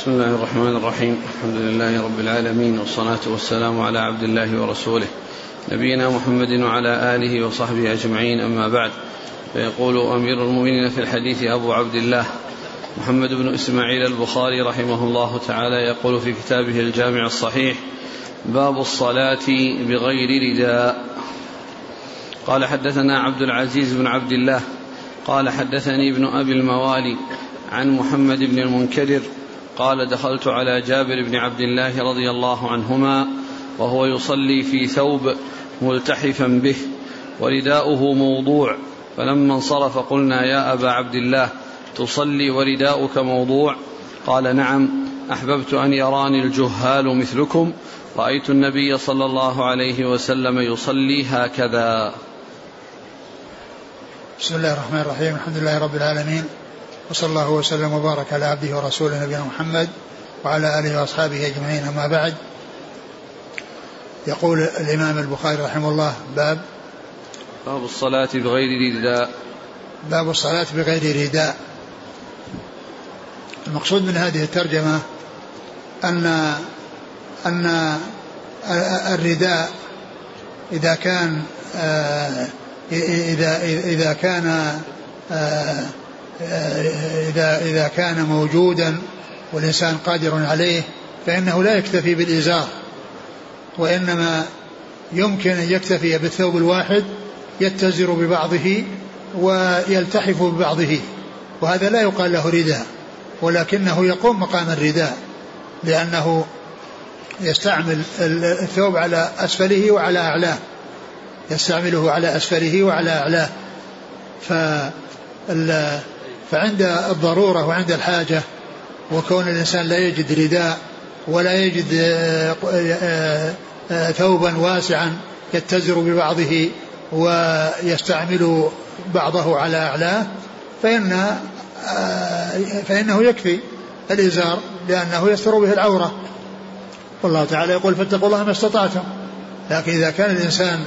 بسم الله الرحمن الرحيم. الحمد لله رب العالمين، والصلاة والسلام على عبد الله ورسوله نبينا محمد وعلى آله وصحبه أجمعين، أما بعد. فيقول أمير المؤمنين في الحديث أبو عبد الله محمد بن إسماعيل البخاري رحمه الله تعالى، يقول في كتابه الجامع الصحيح: باب الصلاة بغير رداء. قال حدثنا عبد العزيز بن عبد الله قال حدثني ابن أبي الموالي عن محمد بن المنكدر قال: دخلت على جابر بن عبد الله رضي الله عنهما وهو يصلي في ثوب ملتحفا به ورداؤه موضوع، فلما انصرف قلنا: يا أبا عبد الله، تصلي ورداؤك موضوع؟ قال: نعم، أحببت أن يراني الجهال مثلكم، رأيت النبي صلى الله عليه وسلم يصلي هكذا. بسم الله الرحمن الرحيم. الحمد لله رب العالمين، وصلى الله وسلم وبارك على عبده ورسوله نبينا محمد وعلى آله وأصحابه أجمعين، أما بعد. يقول الإمام البخاري رحمه الله: باب الصلاة بغير رداء. باب الصلاة بغير رداء. المقصود من هذه الترجمة أن الرداء إذا كان موجودا والإنسان قادر عليه فإنه لا يكتفي بالإزار، وإنما يمكن أن يكتفي بالثوب الواحد يتزر ببعضه ويلتحف ببعضه، وهذا لا يقال له رداء، ولكنه يقوم مقام الرداء، لأنه يستعمل الثوب على أسفله وعلى أعلاه، يستعمله على أسفله وعلى أعلاه. فعند الضرورة وعند الحاجة، وكون الإنسان لا يجد رداء ولا يجد ثوبا واسعا يتزر ببعضه ويستعمل بعضه على أعلاه، فإنه يكفي الإزار، لأنه يستر به العورة، والله تعالى يقول: فاتقوا الله ما استطعتم. لكن إذا كان الإنسان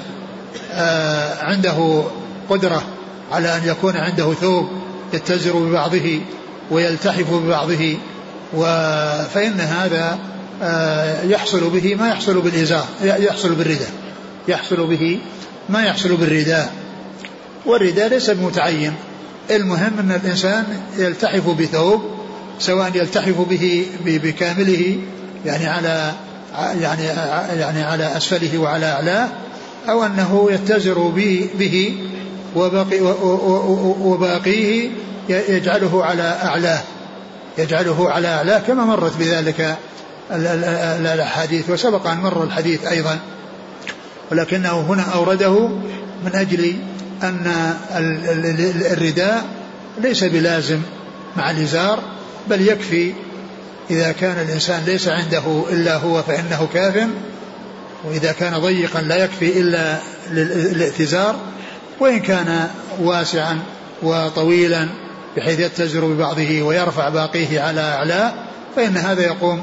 عنده قدرة على أن يكون عنده ثوب يتزر ببعضه ويلتحف ببعضه، فإن هذا يحصل به ما يحصل بالإزار، يحصل بالرداء، يحصل به ما يحصل بالرداء. والرداء ليس بمتعين، المهم أن الإنسان يلتحف بثوب، سواء يلتحف به بكامله يعني على أسفله وعلى أعلاه، أو أنه يتزر به وباقيه يجعله على أعلاه، كما مرت بذلك الحديث، وسبق أن مر الحديث أيضا، ولكنه هنا أورده من أجل أن الرداء ليس بلازم مع الإزار، بل يكفي إذا كان الإنسان ليس عنده إلا هو فإنه كاف، وإذا كان ضيقا لا يكفي إلا الاتزار، وإن كان واسعا وطويلا بحيث يتزر ببعضه ويرفع باقيه على أعلاه، فإن هذا يقوم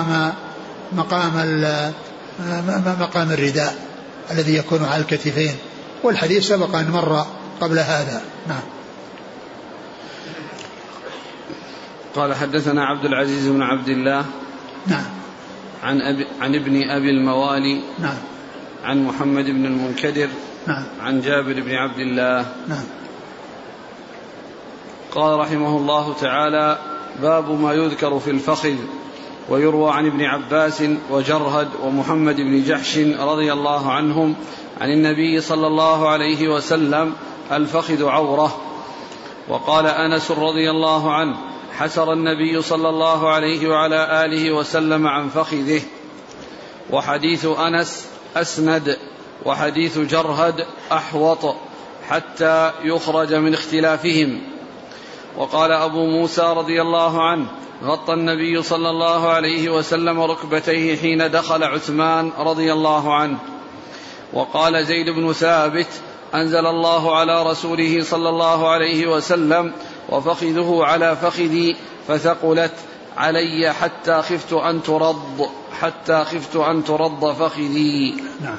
مقام الرداء الذي يكون على الكتفين، والحديث سبق أن مر قبل هذا. نعم. قال حدثنا عبد العزيز بن عبد الله. نعم. عن ابن أبي الموالي. نعم. عن محمد بن المنكدر. نعم. عن جابر بن عبد الله. نعم. قال رحمه الله تعالى: باب ما يذكر في الفخذ. ويروى عن ابن عباس وجرهد ومحمد بن جحش رضي الله عنهم عن النبي صلى الله عليه وسلم: الفخذ عورة. وقال أنس رضي الله عنه: حسر النبي صلى الله عليه وعلى آله وسلم عن فخذه. وحديث أنس أسند، وحديث جرهد أحوط حتى يخرج من اختلافهم. وقال أبو موسى رضي الله عنه: غطى النبي صلى الله عليه وسلم ركبتيه حين دخل عثمان رضي الله عنه. وقال زيد بن ثابت: أنزل الله على رسوله صلى الله عليه وسلم: وفخذه على فخذي فثقلت علي حتى خفت أن ترض فخذي. نعم.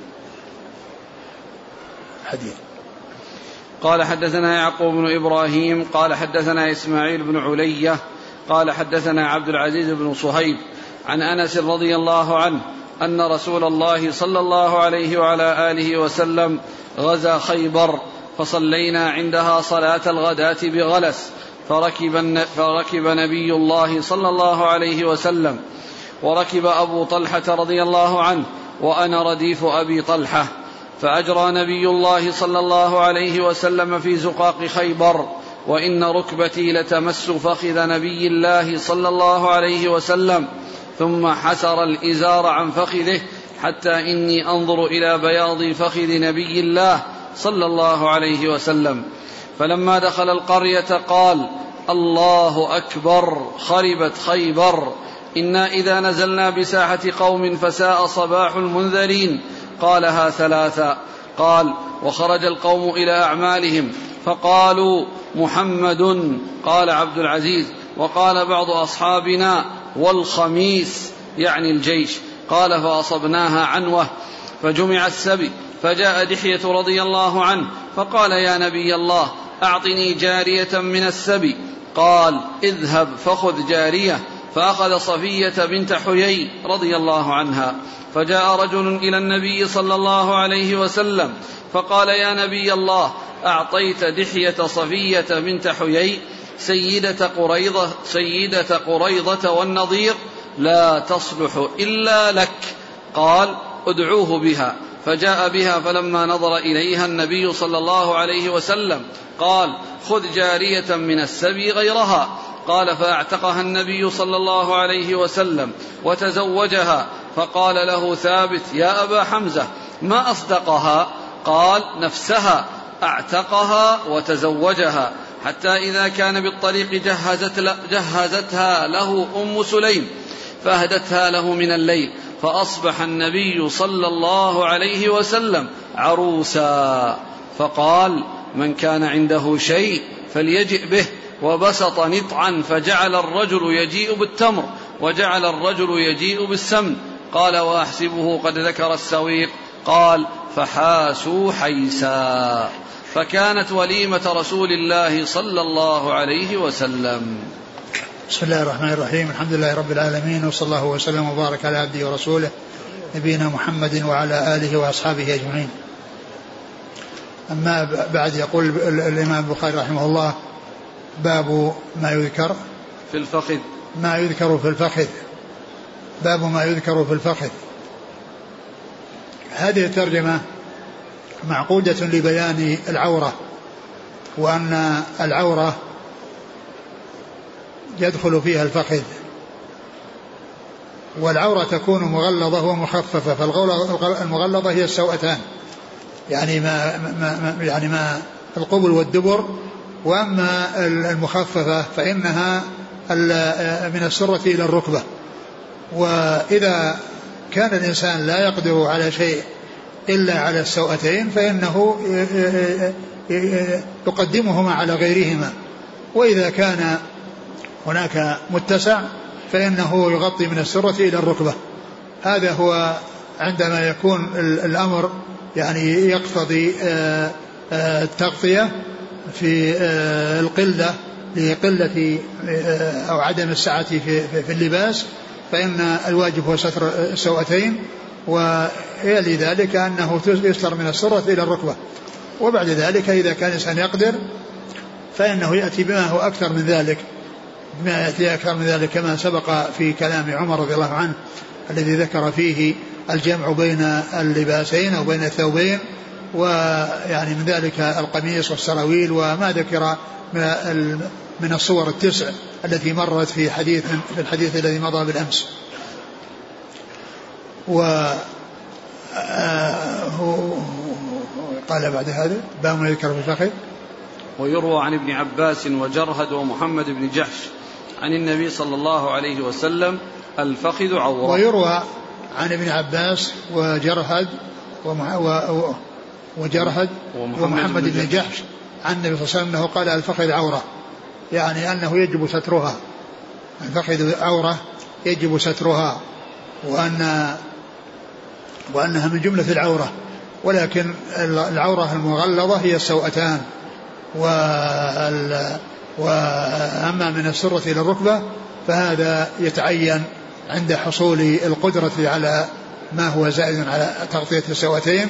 حديث. قال حدثنا يعقوب بن إبراهيم قال حدثنا إسماعيل بن علية قال حدثنا عبد العزيز بن صهيب عن أنس رضي الله عنه أن رسول الله صلى الله عليه وعلى آله وسلم غزا خيبر فصلينا عندها صلاة الغداة بغلس، فركب نبي الله صلى الله عليه وسلم، وركب أبو طلحة رضي الله عنه وأنا رديف أبي طلحة، فأجرى نبي الله صلى الله عليه وسلم في زقاق خيبر، وإن ركبتي لتمس فخذ نبي الله صلى الله عليه وسلم، ثم حسر الإزار عن فخذه حتى إني أنظر إلى بياض فخذ نبي الله صلى الله عليه وسلم. فلما دخل القرية قال: الله أكبر، خربت خيبر، إنا إذا نزلنا بساحة قوم فساء صباح المنذرين. قالها ثلاثا. قال: وخرج القوم إلى أعمالهم فقالوا: محمد. قال عبد العزيز: وقال بعض أصحابنا: والخميس، يعني الجيش. قال: فأصبناها عنوة، فجمع السبي، فجاء دحية رضي الله عنه فقال: يا نبي الله، أعطني جارية من السبي. قال: اذهب فخذ جارية. فأخذ صفية بنت حيي رضي الله عنها. فجاء رجل إلى النبي صلى الله عليه وسلم فقال: يا نبي الله، أعطيت دحية صفية بنت حيي سيدة قريضة والنضير، لا تصلح إلا لك. قال: ادعوه بها. فجاء بها، فلما نظر إليها النبي صلى الله عليه وسلم قال: خذ جارية من السبي غيرها. قال: فأعتقها النبي صلى الله عليه وسلم وتزوجها. فقال له ثابت: يا أبا حمزة، ما أصدقها؟ قال: نفسها، أعتقها وتزوجها، حتى إذا كان بالطريق جهزتها له أم سليم فأهدتها له من الليل، فأصبح النبي صلى الله عليه وسلم عروسا. فقال: من كان عنده شيء فليجئ به. وبسط نطعا، فجعل الرجل يجيء بالتمر وجعل الرجل يجيء بالسمن. قال: وأحسبه قد ذكر السويق. قال: فحاسوا حيسا. فكانت وليمة رسول الله صلى الله عليه وسلم. بسم الله الرحمن الرحيم. الحمد لله رب العالمين، وصلى الله وسلم وبارك على عبده ورسوله نبينا محمد وعلى آله وأصحابه أجمعين. أما بعد، يقول الإمام البخاري رحمه الله: باب ما يذكر في الفخذ. ما يذكر في الفخذ. باب ما يذكر في الفخذ. هذه الترجمة معقودة لبيان العورة، وأن العورة يدخل فيها الفخذ، والعورة تكون مغلظة ومخففة. فالمغلظة هي السوأتان، يعني ما القبل والدبر. وأما المخففة فإنها من السرة إلى الركبة. وإذا كان الإنسان لا يقدر على شيء إلا على السوأتين فإنه يقدمهما على غيرهما، وإذا كان هناك متسع فإنه يغطي من السرة إلى الركبة. هذا هو عندما يكون الأمر يعني يقتضي التغطية في القلة لقلة أو عدم السعة في اللباس، فإن الواجب هو ستر السوأتين، ويلي ذلك أنه يستر من السرة إلى الركبة. وبعد ذلك إذا كان الإنسان يقدر فإنه يأتي بما هو أكثر من ذلك، كما سبق في كلام عمر رضي الله عنه الذي ذكر فيه الجمع بين اللباسين أو بين الثوبين، ويعني من ذلك القميص والسراويل، وما ذكر من الصور التسع التي مرت في الحديث الذي مضى بالأمس. قال بعد هذا: باب ما يذكر في الفخذ. ويروى عن ابن عباس وجرهد ومحمد بن جحش عن النبي صلى الله عليه وسلم: الفخذ عورة. ويروى عن ابن عباس وجرهد ومحمد بن جحش عن النبي صلى الله عليه وسلم أنه قال: الفخذ عورة، يعني أنه يجب سترها. الفخذ عورة يجب سترها، وأنها من جملة العورة، ولكن العورة المغلظة هي السوأتان، وأما من السرة إلى الركبة فهذا يتعين عند حصول القدرة على ما هو زائد على تغطية السواتين.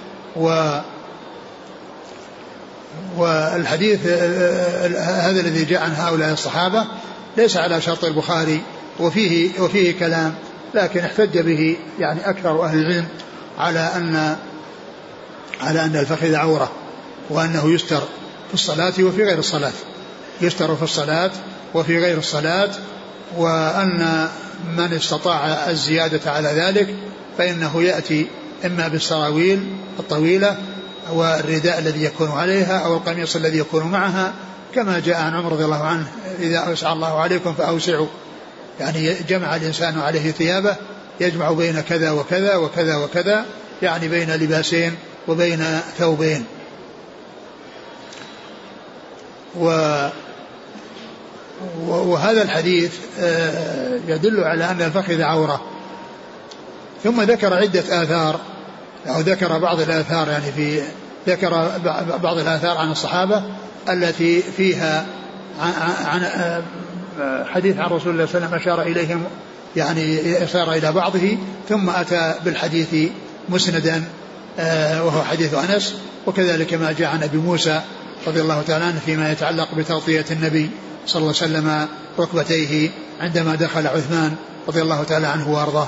والحديث هذا الذي جاء عن هؤلاء الصحابة ليس على شرط البخاري وفيه كلام، لكن احتج به يعني أكثر أهل العلم على أن الفخذ عورة، وأنه يستر في الصلاة وفي غير الصلاة، يستر في الصلاة وفي غير الصلاة، وأن من استطاع الزيادة على ذلك فإنه يأتي إما بالسراويل الطويلة والرداء الذي يكون عليها أو القميص الذي يكون معها، كما جاء عن عمر رضي الله عنه: إذا أوسع الله عليكم فأوسعوا، يعني جمع الإنسان عليه ثيابه، يجمع بين كذا وكذا وكذا وكذا، يعني بين لباسين وبين ثوبين. وهذا الحديث يدل على أن الفخذ عورة. ثم ذكر عدة آثار، أو ذكر بعض الآثار، يعني ذكر بعض الآثار عن الصحابة التي فيها عن حديث عن رسول الله صلى الله عليه وسلم أشار إليهم، يعني أشار إلى بعضه، ثم أتى بالحديث مسندا وهو حديث أنس. وكذلك ما جاء عن أبي موسى رضي الله تعالى عنه فيما يتعلق بتغطية النبي صلى الله عليه وسلم ركبتيه عندما دخل عثمان رضي الله تعالى عنه وأرضاه.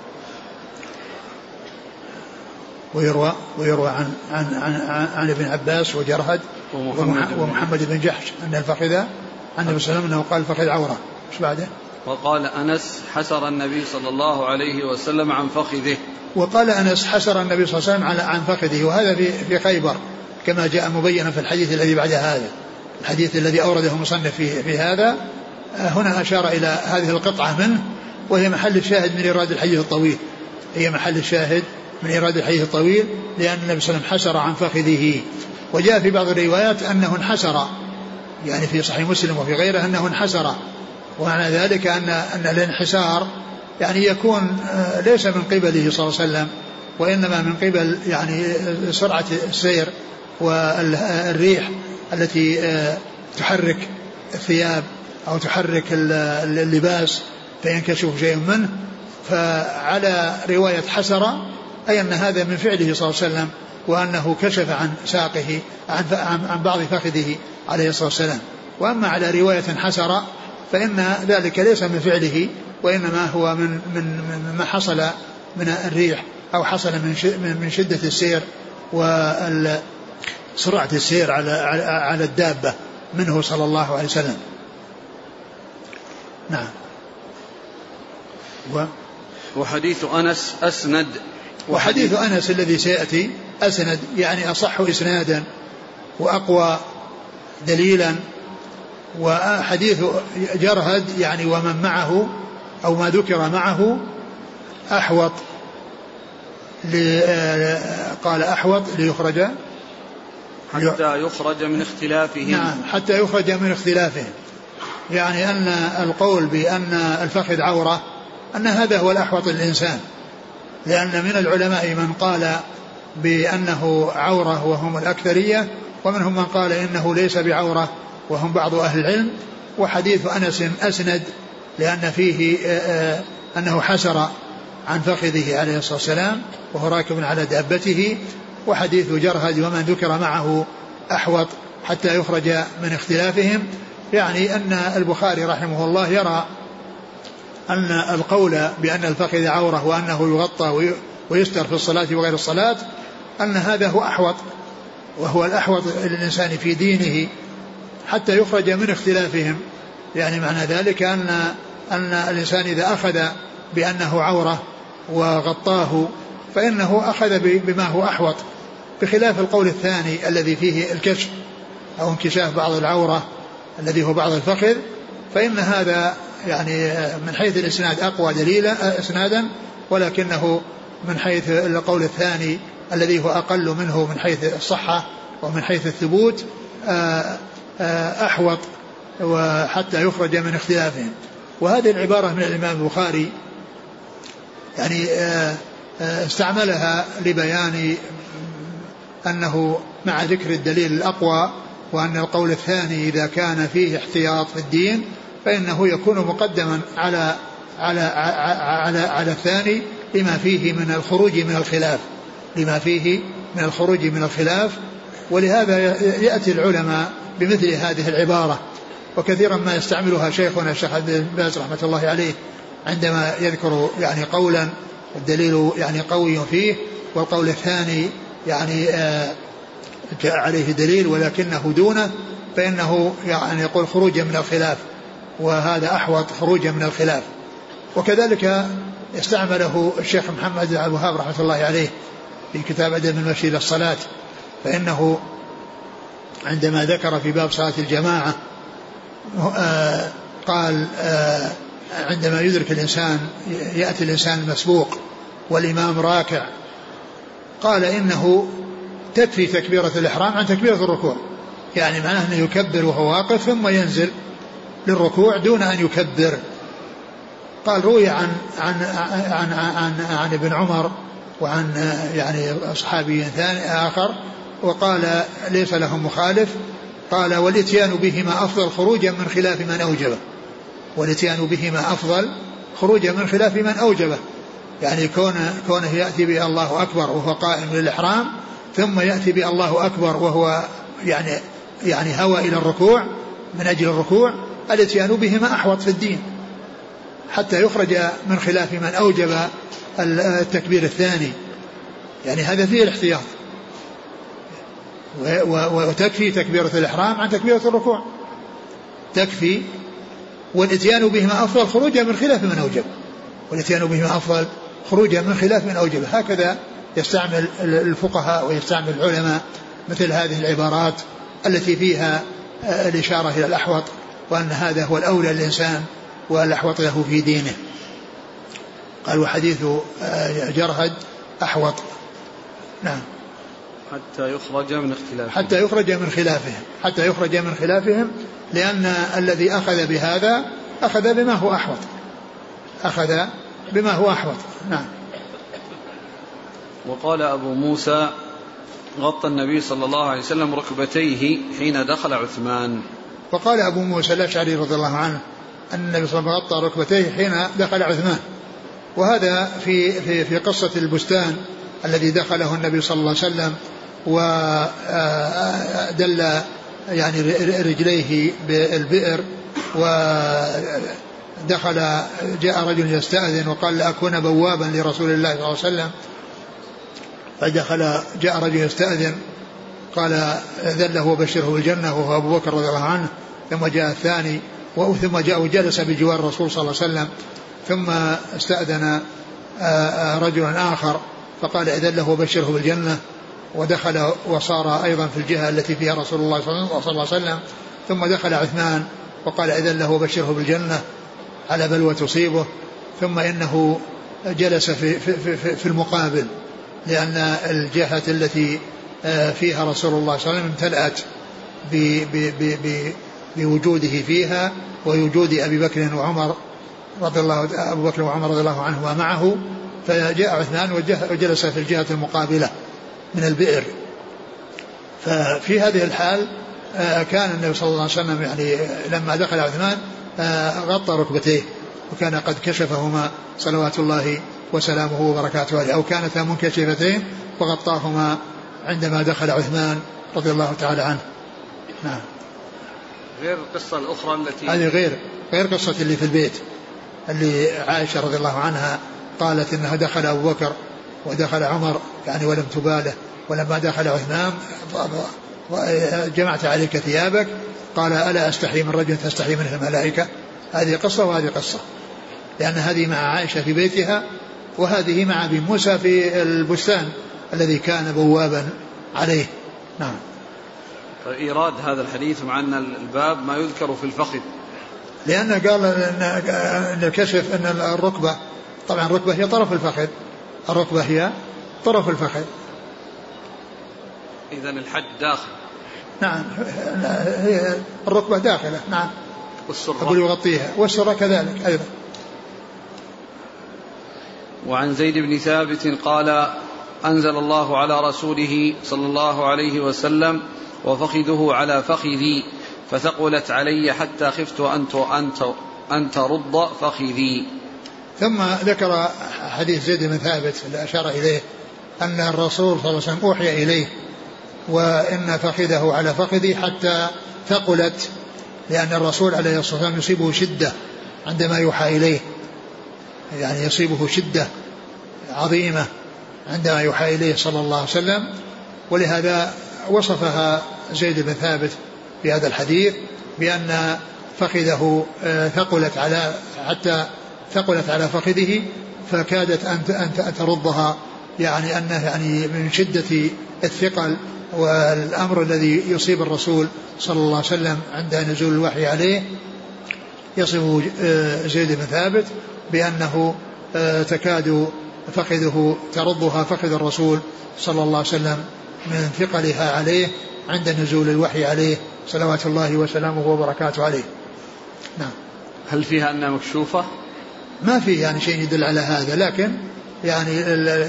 ويروى عن ابن عباس وجرهد ومحمد بن جحش أن الفخذ عن النبي صلى الله عليه وسلم أنه قال الفخذ عورة. ايش بعده؟ وقال أنس: حسر النبي صلى الله عليه وسلم عن فخذه. وقال أنس: حسر النبي صلى الله عليه وسلم عن فخذه، وهذا في خيبر كما جاء مبينا في الحديث الذي بعد هذا، الحديث الذي أورده مصنف في هذا. هنا أشار إلى هذه القطعة منه، وهي محل الشاهد من إيراد الحديث الطويل، هي محل الشاهد من إيراد الحديث الطويل، لأن النبي صلى الله عليه وسلم حسر عن فخذه. وجاء في بعض الروايات أنه انحسر، يعني في صحيح مسلم وفي غيره أنه انحسر، ومعنى ذلك أن الانحسار يعني يكون ليس من قبله صلى الله عليه وسلم، وإنما من قبل يعني سرعة السير والريح التي تحرك الثياب أو تحرك اللباس فينكشف شيء منه. فعلى رواية حسر أي أن هذا من فعله صلى الله عليه وسلم، وأنه كشف عن ساقه عن بعض فخذه عليه الصلاة والسلام. وأما على رواية حسر فإن ذلك ليس من فعله، وإنما هو من ما حصل من الريح، أو حصل من شدة السير وسرعة السير على الدابة منه صلى الله عليه وسلم. نعم. وحديث أنس أسند، وحديث أنس الذي سيأتي أسند، يعني أصح إسنادا وأقوى دليلا. وحديث جرهد يعني ومن معه أو ما ذكر معه أحوط، قال أحوط ليخرج حتى يخرج من اختلافهم. نعم، حتى يخرج من اختلافهم، يعني أن القول بأن الفخذ عورة أن هذا هو الأحوط للإنسان، لأن من العلماء من قال بأنه عورة وهم الأكثرية، ومنهم من قال إنه ليس بعورة وهم بعض أهل العلم. وحديث أنس أسند لأن فيه أنه حسر عن فخذه عليه الصلاة والسلام وهو راكب على دابته. وحديث جرهد ومن ذكر معه أحوط حتى يخرج من اختلافهم، يعني أن البخاري رحمه الله يرى أن القول بأن الفخذ عورة وأنه يغطى ويستر في الصلاة وغير الصلاة أن هذا هو أحوط، وهو الأحوط للإنسان في دينه حتى يخرج من اختلافهم. يعني معنى ذلك أن الإنسان إذا أخذ بأنه عورة وغطاه فإنه أخذ بما هو أحوط، بخلاف القول الثاني الذي فيه الكشف أو انكشاف بعض العورة الذي هو بعض الفخذ، فإن هذا يعني من حيث الإسناد أقوى دليلا إسنادا، ولكنه من حيث القول الثاني الذي هو أقل منه من حيث الصحة ومن حيث الثبوت أحوط وحتى يخرج من اختلافهم. وهذه العبارة من الإمام البخاري يعني استعملها لبيان أنه مع ذكر الدليل الأقوى وأن القول الثاني إذا كان فيه احتياط في الدين فإنه يكون مقدما على الثاني لما فيه من الخروج من الخلاف ولهذا يأتي العلماء بمثل هذه العبارة، وكثيرا ما يستعملها شيخنا الشيخ عبد الله بن باز رحمة الله عليه عندما يذكر يعني قولا الدليل يعني قوي فيه والقول الثاني يعني جاء عليه دليل ولكنه دونه، فإنه يعني يقول خروجا من الخلاف، وهذا أحوط خروجا من الخلاف. وكذلك استعمله الشيخ محمد بن عبد الوهاب رحمة الله عليه في كتاب أدب المشي إلى الصلاة، فإنه عندما ذكر في باب صلاة الجماعة قال عندما يدرك الإنسان يأتي الإنسان المسبوق والإمام راكع قال إنه تكفي تكبيرة الإحرام عن تكبيرة الركوع، يعني معناه أنه يكبر وهو واقف ثم ينزل للركوع دون أن يكبر. قال روي عن ابن عمر وعن يعني أصحابي ثاني آخر وقال ليس لهم مخالف، قال والاتيان بهما أفضل خروجا من خلاف من أوجبه، والاتيان بهما أفضل خروجا من خلاف من أوجبه، يعني كونه يأتي به الله أكبر وهو قائم للإحرام ثم يأتي به الله أكبر وهو يعني هوى إلى الركوع من أجل الركوع، الاتيان بهما أحوط في الدين حتى يخرج من خلاف من أوجب التكبير الثاني، يعني هذا فيه الاحتياط. وتكفي تكبيرة الإحرام عن تكبيرة الركوع، تكفي، والاتيان بهما أفضل خروجا من خلاف من أوجب، والاتيان بهما أفضل خروجا من خلاف من أوجب. هكذا يستعمل الفقهاء ويستعمل العلماء مثل هذه العبارات التي فيها الإشارة إلى الأحوط، وأن هذا هو الأولى للإنسان والأحوط له في دينه. قال وحديث جرهد أحوط. نعم. حتى يخرج من اختلافهم، حتى يخرج من خلافهم لأن الذي أخذ بهذا أخذ بما هو أحوط. نعم. وقال أبو موسى غطى النبي صلى الله عليه وسلم ركبتيه حين دخل عثمان. وقال أبو موسى الأشعري رضي الله عنه أن النبي صلى الله عليه وسلم غطى ركبتيه حين دخل عثمان، وهذا في قصة البستان الذي دخله النبي صلى الله عليه وسلم ودل يعني رجليه بالبئر، ودخل جاء رجل يستأذن وقال لأكون بوابا لرسول الله صلى الله عليه وسلم، فدخل جاء رجل يستأذن قال ذله وبشره بالجنة وهو أبو بكر رضي الله عنه، ثم جاء الثاني ثم جاء وجلس بجوار الرسول صلى الله عليه وسلم، ثم استأذن رجل آخر فقال إذن له وبشره بالجنة، ودخل وصار أيضا في الجهة التي فيها رسول الله صلى الله عليه وسلم، ثم دخل عثمان وقال إذن له وبشره بالجنة على بلوى تصيبه، ثم إنه جلس في المقابل، لأن الجهة التي فيها رسول الله صلى الله عليه وسلم امتلأت بوجوده فيها ووجود أبي بكر وعمر رضي الله عنهما معه، فجاء عثمان وجلس في الجهة المقابلة من البئر. ففي هذه الحال كان النبي صلى الله عليه وسلم يعني لما دخل عثمان غطى ركبتيه، وكان قد كشفهما صلوات الله وسلامه وبركاته عليه، أو كانتا منكشفتين وغطاهما عندما دخل عثمان رضي الله تعالى عنه. نعم. غير القصة الأخرى التي هذه غير قصة اللي في البيت، اللي عائشة رضي الله عنها قالت إنها دخل أبو بكر ودخل عمر يعني ولم تباله، ولما دخل عثمان جمعت عليك ثيابك، قال ألا أستحي من رجل تستحي منه الملائكة. هذه قصة وهذه قصة، لأن هذه مع عائشة في بيتها، وهذه مع أبي موسى في البستان الذي كان بوابا عليه. نعم. إيراد هذا الحديث مع أن الباب ما يذكر في الفخذ، لأنه قال أن الكشف أن الركبة، طبعا الركبة هي طرف الفخذ، الركبة هي طرف الفخذ، إذن الحد داخل. نعم هي الركبة داخلة. نعم. أقول يغطيها، والسرة كذلك أيضا. وعن زيد بن ثابت قال أنزل الله على رسوله صلى الله عليه وسلم وفخذه على فخذي فثقلت علي حتى خفت أن ترد فخذي. ثم ذكر حديث زيد بن ثابت اللي أشار إليه أن الرسول صلى الله عليه وسلم أوحي إليه وإن فخذه على فخذي حتى ثقلت، لأن الرسول عليه الصلاة والسلام يصيبه شدة عندما يوحى إليه، يعني يصيبه شدة عظيمة عندما يوحى إليه صلى الله عليه وسلم. ولهذا وصفها زيد بن ثابت في هذا الحديث بأن فخذه ثقلت على فخذه فكادت أن ترضها، يعني أنه يعني من شدة الثقل والأمر الذي يصيب الرسول صلى الله عليه وسلم عند نزول الوحي عليه. يصف زيد بن ثابت بأنه تكاد فخذه ترضها فخذ الرسول صلى الله عليه وسلم من ثقلها عليه عند نزول الوحي عليه صلوات الله وسلامه وبركاته عليه. نعم. هل فيها أنها مكشوفة؟ ما في يعني شيء يدل على هذا، لكن يعني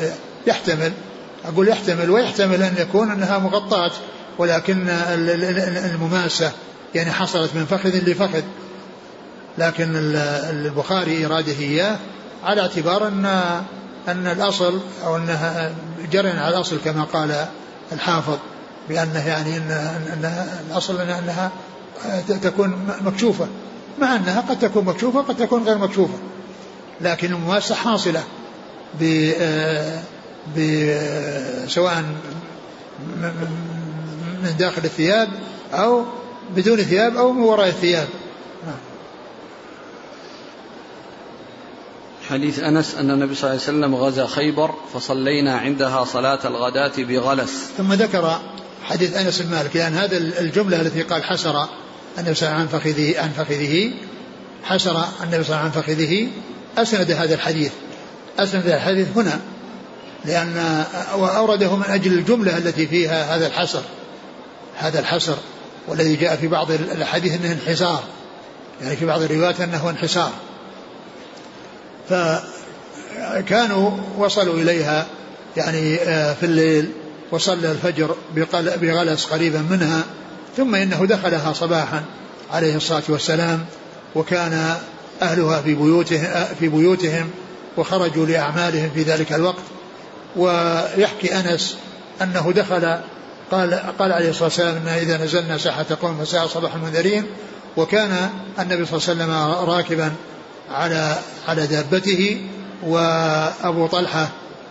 يحتمل ويحتمل أن يكون أنها مغطاة، ولكن المماسة يعني حصلت من فخذ لفخذ. لكن البخاري إراده إياه على اعتبار أن الأصل أو أنها جرى على الأصل كما قال الحافظ، بأنه يعني أن الأصل أنها تكون مكشوفة، مع أنها قد تكون مكشوفة قد تكون غير مكشوفة، لكن المماسة حاصلة سواء من داخل الثياب أو بدون ثياب أو من وراء الثياب. حديث أنس أن النبي صلى الله عليه وسلم غزا خيبر فصلينا عندها صلاة الغداة بغلس. ثم ذكر حديث أنس بن مالك، لأن هذا الجملة التي قال حسر النبي صلى الله عليه وسلم عن فخذه حسر النبي صلى الله عليه وسلم عن فخذه، أسند هذا الحديث هنا، لأن وأورده من أجل الجملة التي فيها هذا الحسر والذي جاء في بعض الحديث أنه انحسار، يعني في بعض الروايات أنه انحسار. فكانوا وصلوا إليها يعني في الليل وصلى الفجر بغلس قريبا منها، ثم إنه دخلها صباحا عليه الصلاة والسلام، وكان أهلها في بيوتهم وخرجوا لأعمالهم في ذلك الوقت. ويحكي أنس أنه دخل قال عليه الصلاة والسلام إن إذا نزلنا ساحة قوم فساء صباح المنذرين. وكان النبي صلى الله عليه وسلم راكبا على دابته، وأبو طلحة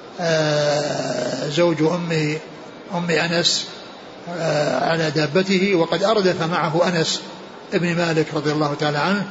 زوج أم أنس على دابته، وقد أردف معه أنس ابن مالك رضي الله تعالى عنه،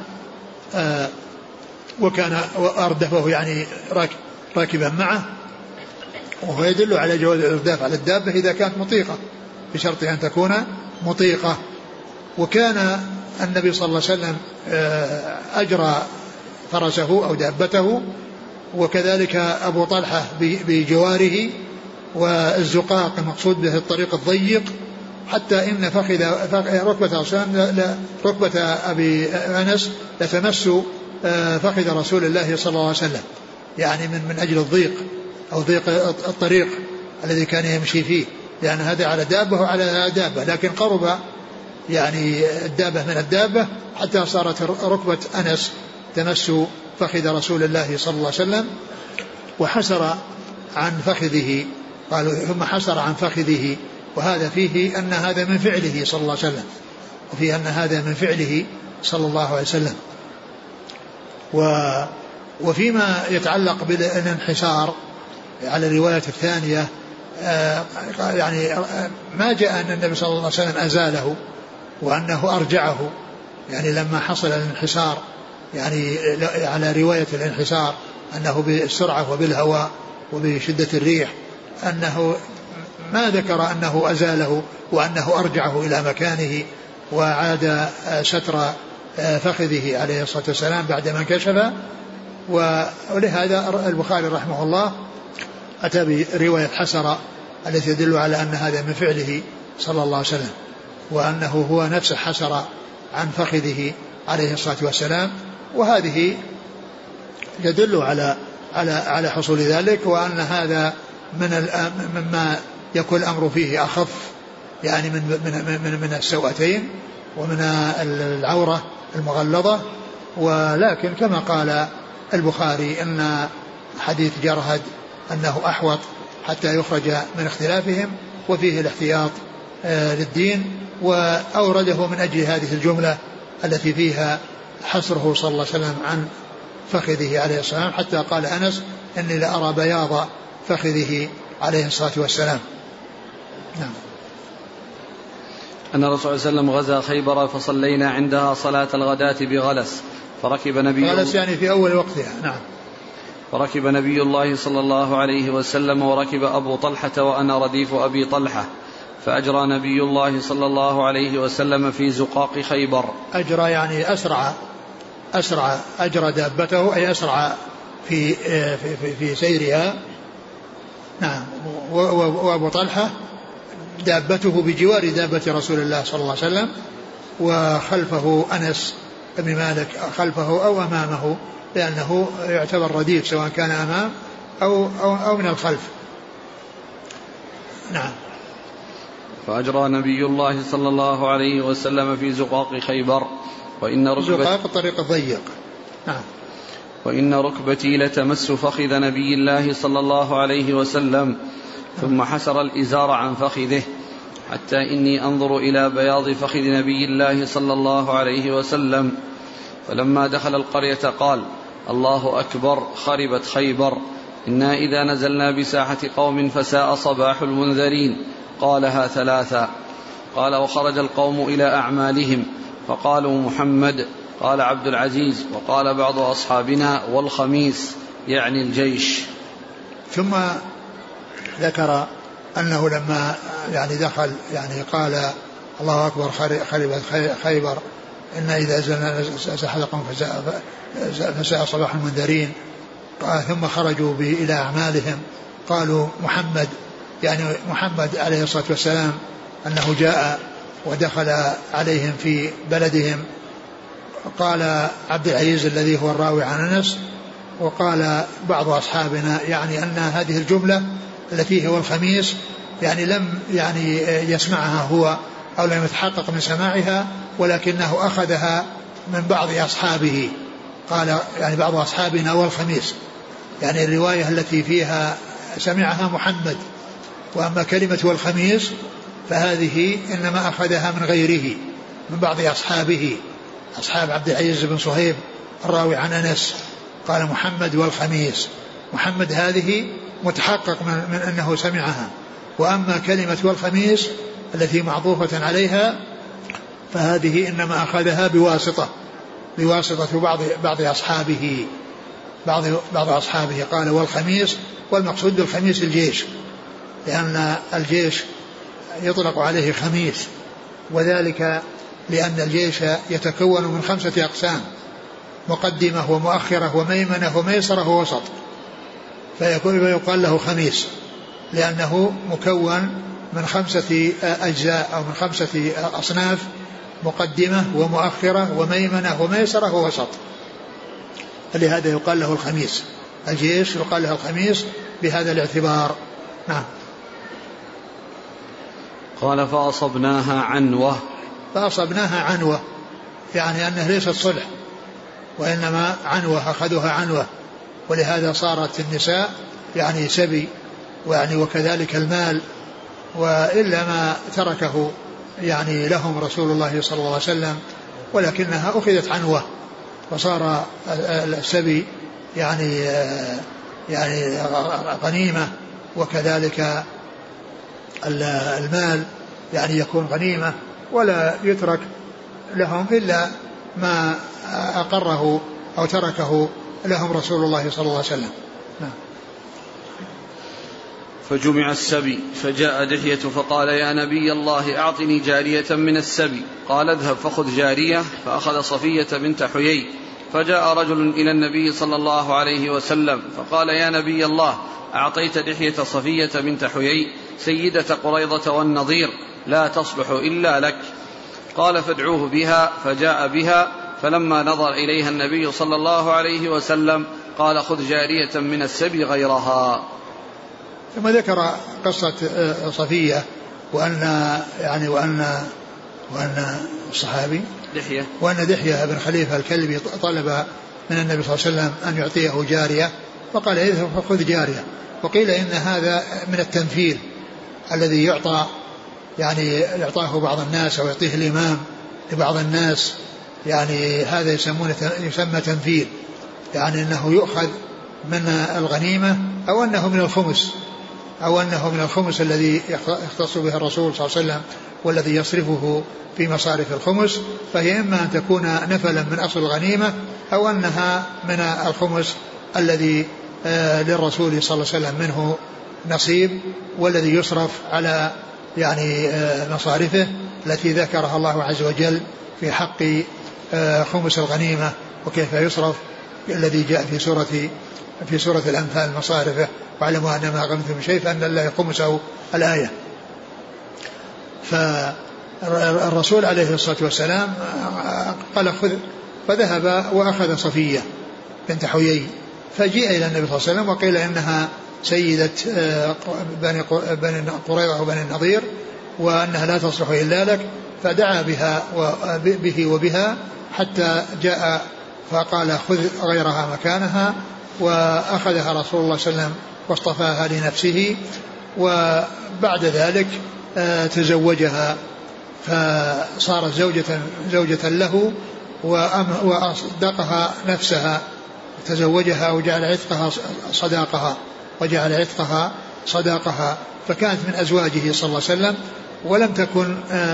وكان أردفه يعني راكبا معه، وهو يدل على جواز الإرداف على الدابة إذا كانت مطيقة، بشرط أن تكون مطيقة. وكان النبي صلى الله عليه وسلم أجرى فرسه أو دابته، وكذلك أبو طلحة بجواره، والزقاق المقصود به الطريق الضيق، حتى إن ركبة أبي أنس لتمس فخذ رسول الله صلى الله عليه وسلم، يعني من أجل الضيق أو ضيق الطريق الذي كان يمشي فيه، لأن هذا على دابة وعلى دابة، لكن قرب يعني الدابة من الدابة حتى صارت ركبة أنس تمس فخذ رسول الله صلى الله عليه وسلم. وحسر عن فخذه، قالوا ثم حسر عن فخذه، وهذا فيه أن هذا من فعله صلى الله عليه وسلم، وفيه أن هذا من فعله صلى الله عليه وسلم. وفيما يتعلق بالانحسار على الرواية الثانية، يعني ما جاء أن النبي صلى الله عليه وسلم أزاله وأنه أرجعه، يعني لما حصل الانحسار، يعني على رواية الانحسار أنه بالسرعة وبالهواء وبشدة الريح، أنه ما ذكر أنه أزاله وأنه أرجعه إلى مكانه وعاد ستر فخذه عليه الصلاة والسلام بعدما انكشف. ولهذا البخاري رحمه الله أتى برواية حسر التي يدل على أن هذا من فعله صلى الله عليه وسلم، وأنه هو نفسه حسر عن فخذه عليه الصلاة والسلام، وهذه يدل على حصول ذلك، وأن هذا مما يكون الأمر فيه أخف يعني من السوأتين ومن العورة المغلظة. ولكن كما قال البخاري أن حديث جرهد أنه أحوط حتى يخرج من اختلافهم، وفيه الاحتياط للدين، وأورده من أجل هذه الجملة التي فيها حصره صلى الله عليه وسلم عن فخذه عليه الصلاة والسلام، حتى قال أنس إني لأرى بياض فخذه عليه الصلاة والسلام. نعم. أن الرسول صلى الله عليه وسلم غزا خيبر فصلينا عندها صلاة الغداة بغلس فركب نبي غلس يعني في أول وقتها. نعم. فركب نبي الله صلى الله عليه وسلم وركب أبو طلحة وأنا رديف أبي طلحة، فأجرى نبي الله صلى الله عليه وسلم في زقاق خيبر. أجرى يعني أسرع أجرى دابته أي أسرع في سيرها. نعم. وأبو طلحة دابته بجوار دابة رسول الله صلى الله عليه وسلم، وخلفه أنس بن مالك خلفه أو أمامه، لأنه يعتبر رديف سواء كان أمام أو من الخلف. نعم. فأجرى نبي الله صلى الله عليه وسلم في زقاق خيبر زقاق الطريق الضيق. نعم. وإن ركبتي لتمس فخذ نبي الله صلى الله عليه وسلم، ثم حسر الإزار عن فخذه حتى إني أنظر إلى بياض فخذ نبي الله صلى الله عليه وسلم. فلما دخل القرية قال الله أكبر خربت خيبر، إنا إذا نزلنا بساحة قوم فساء صباح المنذرين. قالها ثلاثا. قال وخرج القوم إلى أعمالهم فقالوا محمد، قال عبد العزيز، وقال بعض أصحابنا والخميس يعني الجيش. ثم ذكر أنه لما يعني دخل يعني قال الله أكبر خربت خيبر، إن إذا نزلنا ساحة قوم فساء صباح المنذرين. ثم خرجوا إلى أعمالهم قالوا محمد، يعني محمد عليه الصلاة والسلام أنه جاء ودخل عليهم في بلدهم. قال عبد العزيز الذي هو الراوي عن أنس، وقال بعض أصحابنا يعني أن هذه الجملة التي هو الخميس يعني لم يعني يسمعها هو أو لم يتحقق من سماعها، ولكنه أخذها من بعض أصحابه. قال يعني بعض أصحابنا والخميس، يعني الرواية التي فيها سمعها محمد، وأما كلمة والخميس فهذه إنما أخذها من غيره من بعض أصحابه، أصحاب عبد العزيز بن صهيب الراوي عن أنس. قال محمد والخميس، محمد هذه متحقق من أنه سمعها، وأما كلمة والخميس التي معطوفة عليها فهذه إنما أخذها بواسطة بعض أصحابه بعض أصحابه. قال والخميس، والمقصود بالخميس الجيش، لأن الجيش يطلق عليه خميس، وذلك لأن الجيش يتكون من 5 أقسام: مقدمة ومؤخرة وميمنة وميسرة ووسط، فيقال له خميس لأنه مكون من 5 أجزاء أو من 5 أصناف: مقدمة ومؤخرة وميمنة وميسرة ووسط، فلهذا يقال له الخميس. الجيش يقال له الخميس بهذا الاعتبار. نعم. قال فأصبناها عنوة، يعني أنه ليست صلح وإنما عنوة، أخذوها عنوة، ولهذا صارت النساء يعني سبي، ويعني وكذلك المال، وإلا ما تركه يعني لهم رسول الله صلى الله عليه وسلم، ولكنها أخذت عنوة وصار السبي يعني غنيمة، وكذلك المال يعني يكون غنيمة، ولا يترك لهم إلا ما أقره أو تركه لهم رسول الله صلى الله عليه وسلم. فجمع السبي فجاء دحية فقال يا نبي الله أعطني جارية من السبي. قال اذهب فخذ جارية، فأخذ صفية بنت حيي. فجاء رجل إلى النبي صلى الله عليه وسلم فقال يا نبي الله أعطيت دحية صفية بنت حيي سيدة قريظة والنضير لا تصلح إلا لك. قال فادعوه بها. فجاء بها، فلما نظر إليها النبي صلى الله عليه وسلم قال خذ جارية من السبي غيرها. ثم ذكر قصة صفية وأن الصحابي دحية وأن دحية بن خليفة الكلبي طلب من النبي صلى الله عليه وسلم أن يعطيه جارية فقال إذا فخذ جارية. وقيل إن هذا من التنفيذ الذي يعطى يعني يعطاه بعض الناس أو يعطيه الإمام لبعض الناس، يعني هذا يسمى تنفيذ، يعني أنه يؤخذ من الغنيمة أو أنه من الخمس الذي يختص به الرسول صلى الله عليه وسلم والذي يصرفه في مصارف الخمس، فهي إما أن تكون نفلا من أصل الغنيمة أو أنها من الخمس الذي للرسول صلى الله عليه وسلم منه نصيب والذي يصرف على يعني مصارفه التي ذكرها الله عز وجل في حق خمس الغنيمة وكيف يصرف الذي جاء في سورة الأنفال مصارفه واعلموا أن ما غنمتم من شيء فأن الله خمسه الآية. فالرسول عليه الصلاة والسلام قال خذ، فذهب وأخذ صفية بنت حيي، فجيء إلى النبي صلى الله عليه وسلم وقيل إنها سيدة بني قريظة وبني النضير وأنها لا تصلح إلا لك، فدعا به وبها حتى جاء فقال خذ غيرها مكانها، وأخذها رسول الله صلى الله عليه وسلم واصطفاها لنفسه، وبعد ذلك تزوجها فصارت زوجة له وأصدقها نفسها، تزوجها وجعل عتقها صداقها فكانت من أزواجه صلى الله عليه وسلم ولم تكن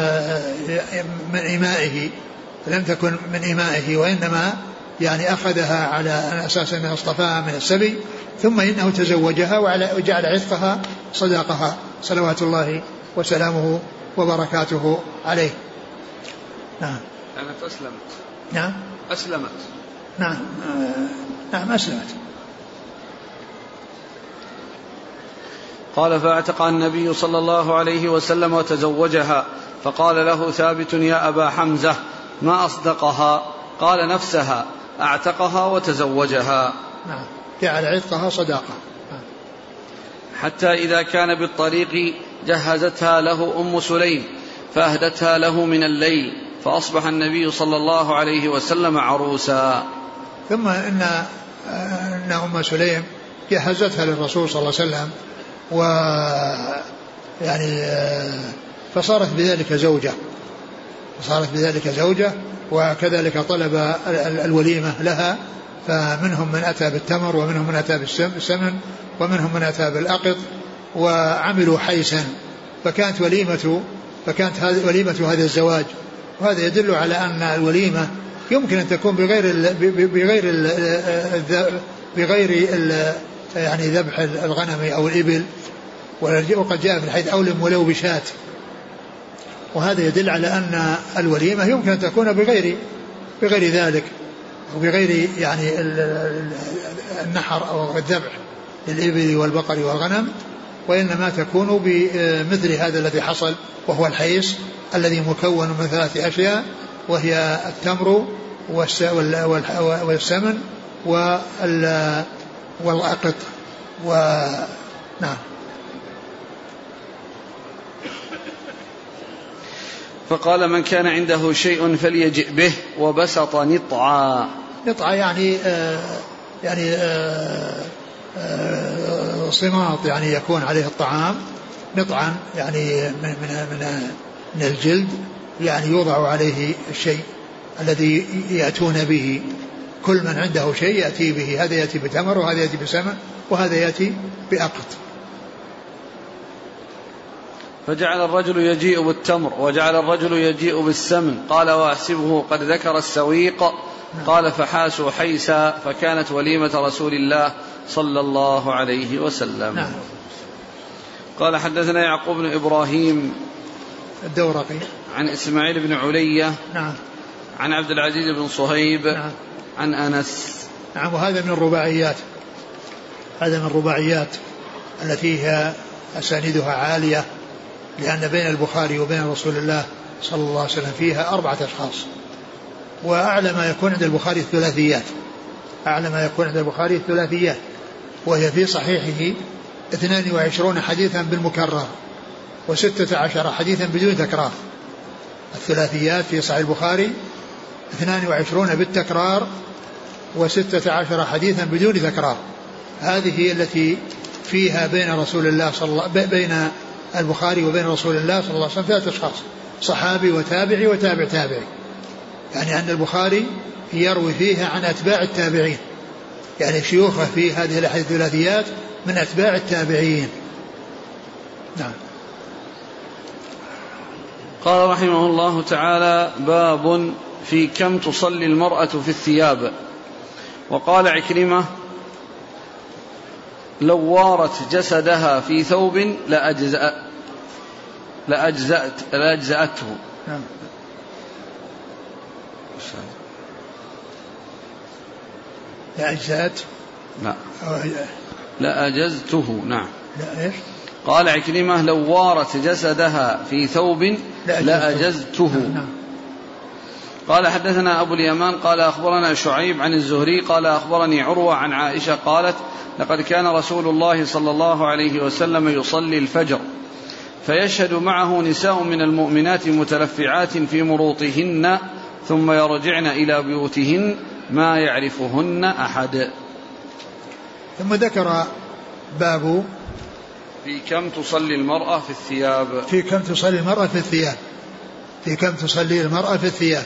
من إمائه وإنما يعني أخذها على أساس أنه اصطفاها من السبي، ثم إنه تزوجها وجعل عتقها صداقها صلوات الله وسلامه وبركاته عليه. نعم. كانت أسلمت. نعم. أسلمت. نعم. نعم أسلمت. قال فاعتق النبي صلى الله عليه وسلم وتزوجها، فقال له ثابت يا أبا حمزة ما أصدقها؟ قال نفسها، اعتقها وتزوجها. نعم. جعل عتقها صداقة. حتى إذا كان بالطريق جهزتها له أم سليم فأهدتها له من الليل، فأصبح النبي صلى الله عليه وسلم عروسا. ثم إن أم سليم جهزتها للرسول صلى الله عليه وسلم فصارت بذلك زوجة، وكذلك طلب الوليمة لها، فمنهم من أتى بالتمر ومنهم من أتى بالسمن ومنهم من أتى بالأقط وعملوا حيسا، فكانت وليمة هذا الزواج. وهذا يدل على أن الوليمة يمكن أن تكون بغير يعني ذبح الغنم أو الإبل، وقد جاء في الحديث أولم ولو بشاة، وهذا يدل على أن الوليمة يمكن أن تكون بغير ذلك وبغير يعني النحر أو الذبح للإبل والبقر والغنم، وإنما تكون بمثل هذا الذي حصل، وهو الحيس الذي مكون من 3 أشياء، وهي التمر والسمن والأقط. نعم. فقال من كان عنده شيء فليجئ به، وبسط نطعا يعني صماط يعني يكون عليه الطعام، نطعا يعني من الجلد، يعني يوضع عليه الشيء الذي يأتون به، كل من عنده شيء يأتي به، هذا يأتي بتمر وهذا يأتي بسمن وهذا يأتي بأقط. فجعل الرجل يجيء بالتمر وجعل الرجل يجيء بالسمن. قال وأحسبه قد ذكر السويق. قال فحاسوا حيسا، فكانت وليمة رسول الله صلى الله عليه وسلم. قال حدثنا يعقوب بن إبراهيم الدورقي عن إسماعيل بن علية عن عبد العزيز بن صهيب عن أنس. نعم. وهذا من الرباعيات، هذا من الرباعيات التي هي أسانيدها عالية، لأن بين البخاري وبين رسول الله صلى الله عليه وسلم فيها 4 أشخاص، وأعلى ما يكون عند البخاري الثلاثيات، وهي في صحيحه 22 حديثا بالمكرر، و16 حديثا بدون تكرار. الثلاثيات في صحيح البخاري 22 بالتكرار و16 حديثا بدون تكرار. هذه هي التي فيها بين البخاري وبين رسول الله صلى الله عليه وسلم 3 أشخاص: صحابي وتابعي وتابع تابعي. يعني أن البخاري يروي فيها عن أتباع التابعين، يعني شيوخه في هذه الأحاديث الثلاثيات من أتباع التابعين. نعم. قال رحمه الله تعالى: باب في كم تصلي المرأة في الثياب. وقال عكرمة: لو وارت جسدها في ثوب لأجزأته. نعم. لأجزأت لأجزته. نعم. لا إيش؟ قال عكرمة: لو وارت جسدها في ثوب لأجزته. نعم. قال: حدثنا أبو اليمان قال أخبرنا شعيب عن الزهري قال أخبرني عروة عن عائشة قالت: لقد كان رسول الله صلى الله عليه وسلم يصلي الفجر فيشهد معه نساء من المؤمنات متلفعات في مروطهن ثم يرجعن إلى بيوتهن ما يعرفهن أحد. ثم ذكر باب في كم تصلي المرأة في الثياب. في كم تصلي المرأة في الثياب. في كم تصلي المرأة في الثياب.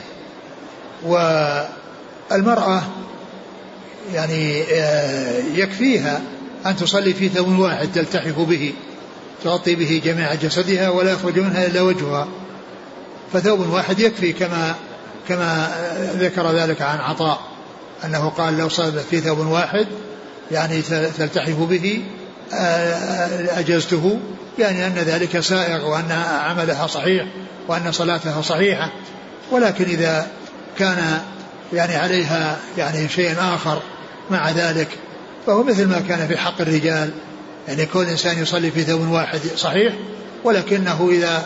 والمرأة يعني يكفيها أن تصلي في ثوب واحد تلتحف به تغطي به جميع جسدها ولا يخرج منها إلا وجهها، فثوب واحد يكفي كما ذكر ذلك عن عطاء أنه قال: لو صلت في ثوب واحد يعني تلتحف به أجزته، يعني أن ذلك سائغ وأن عملها صحيح وأن صلاتها صحيحة. ولكن إذا كان يعني عليها يعني شيء آخر مع ذلك فهو مثل ما كان في حق الرجال، يعني كل إنسان يصلي في ثوب واحد صحيح، ولكنه إذا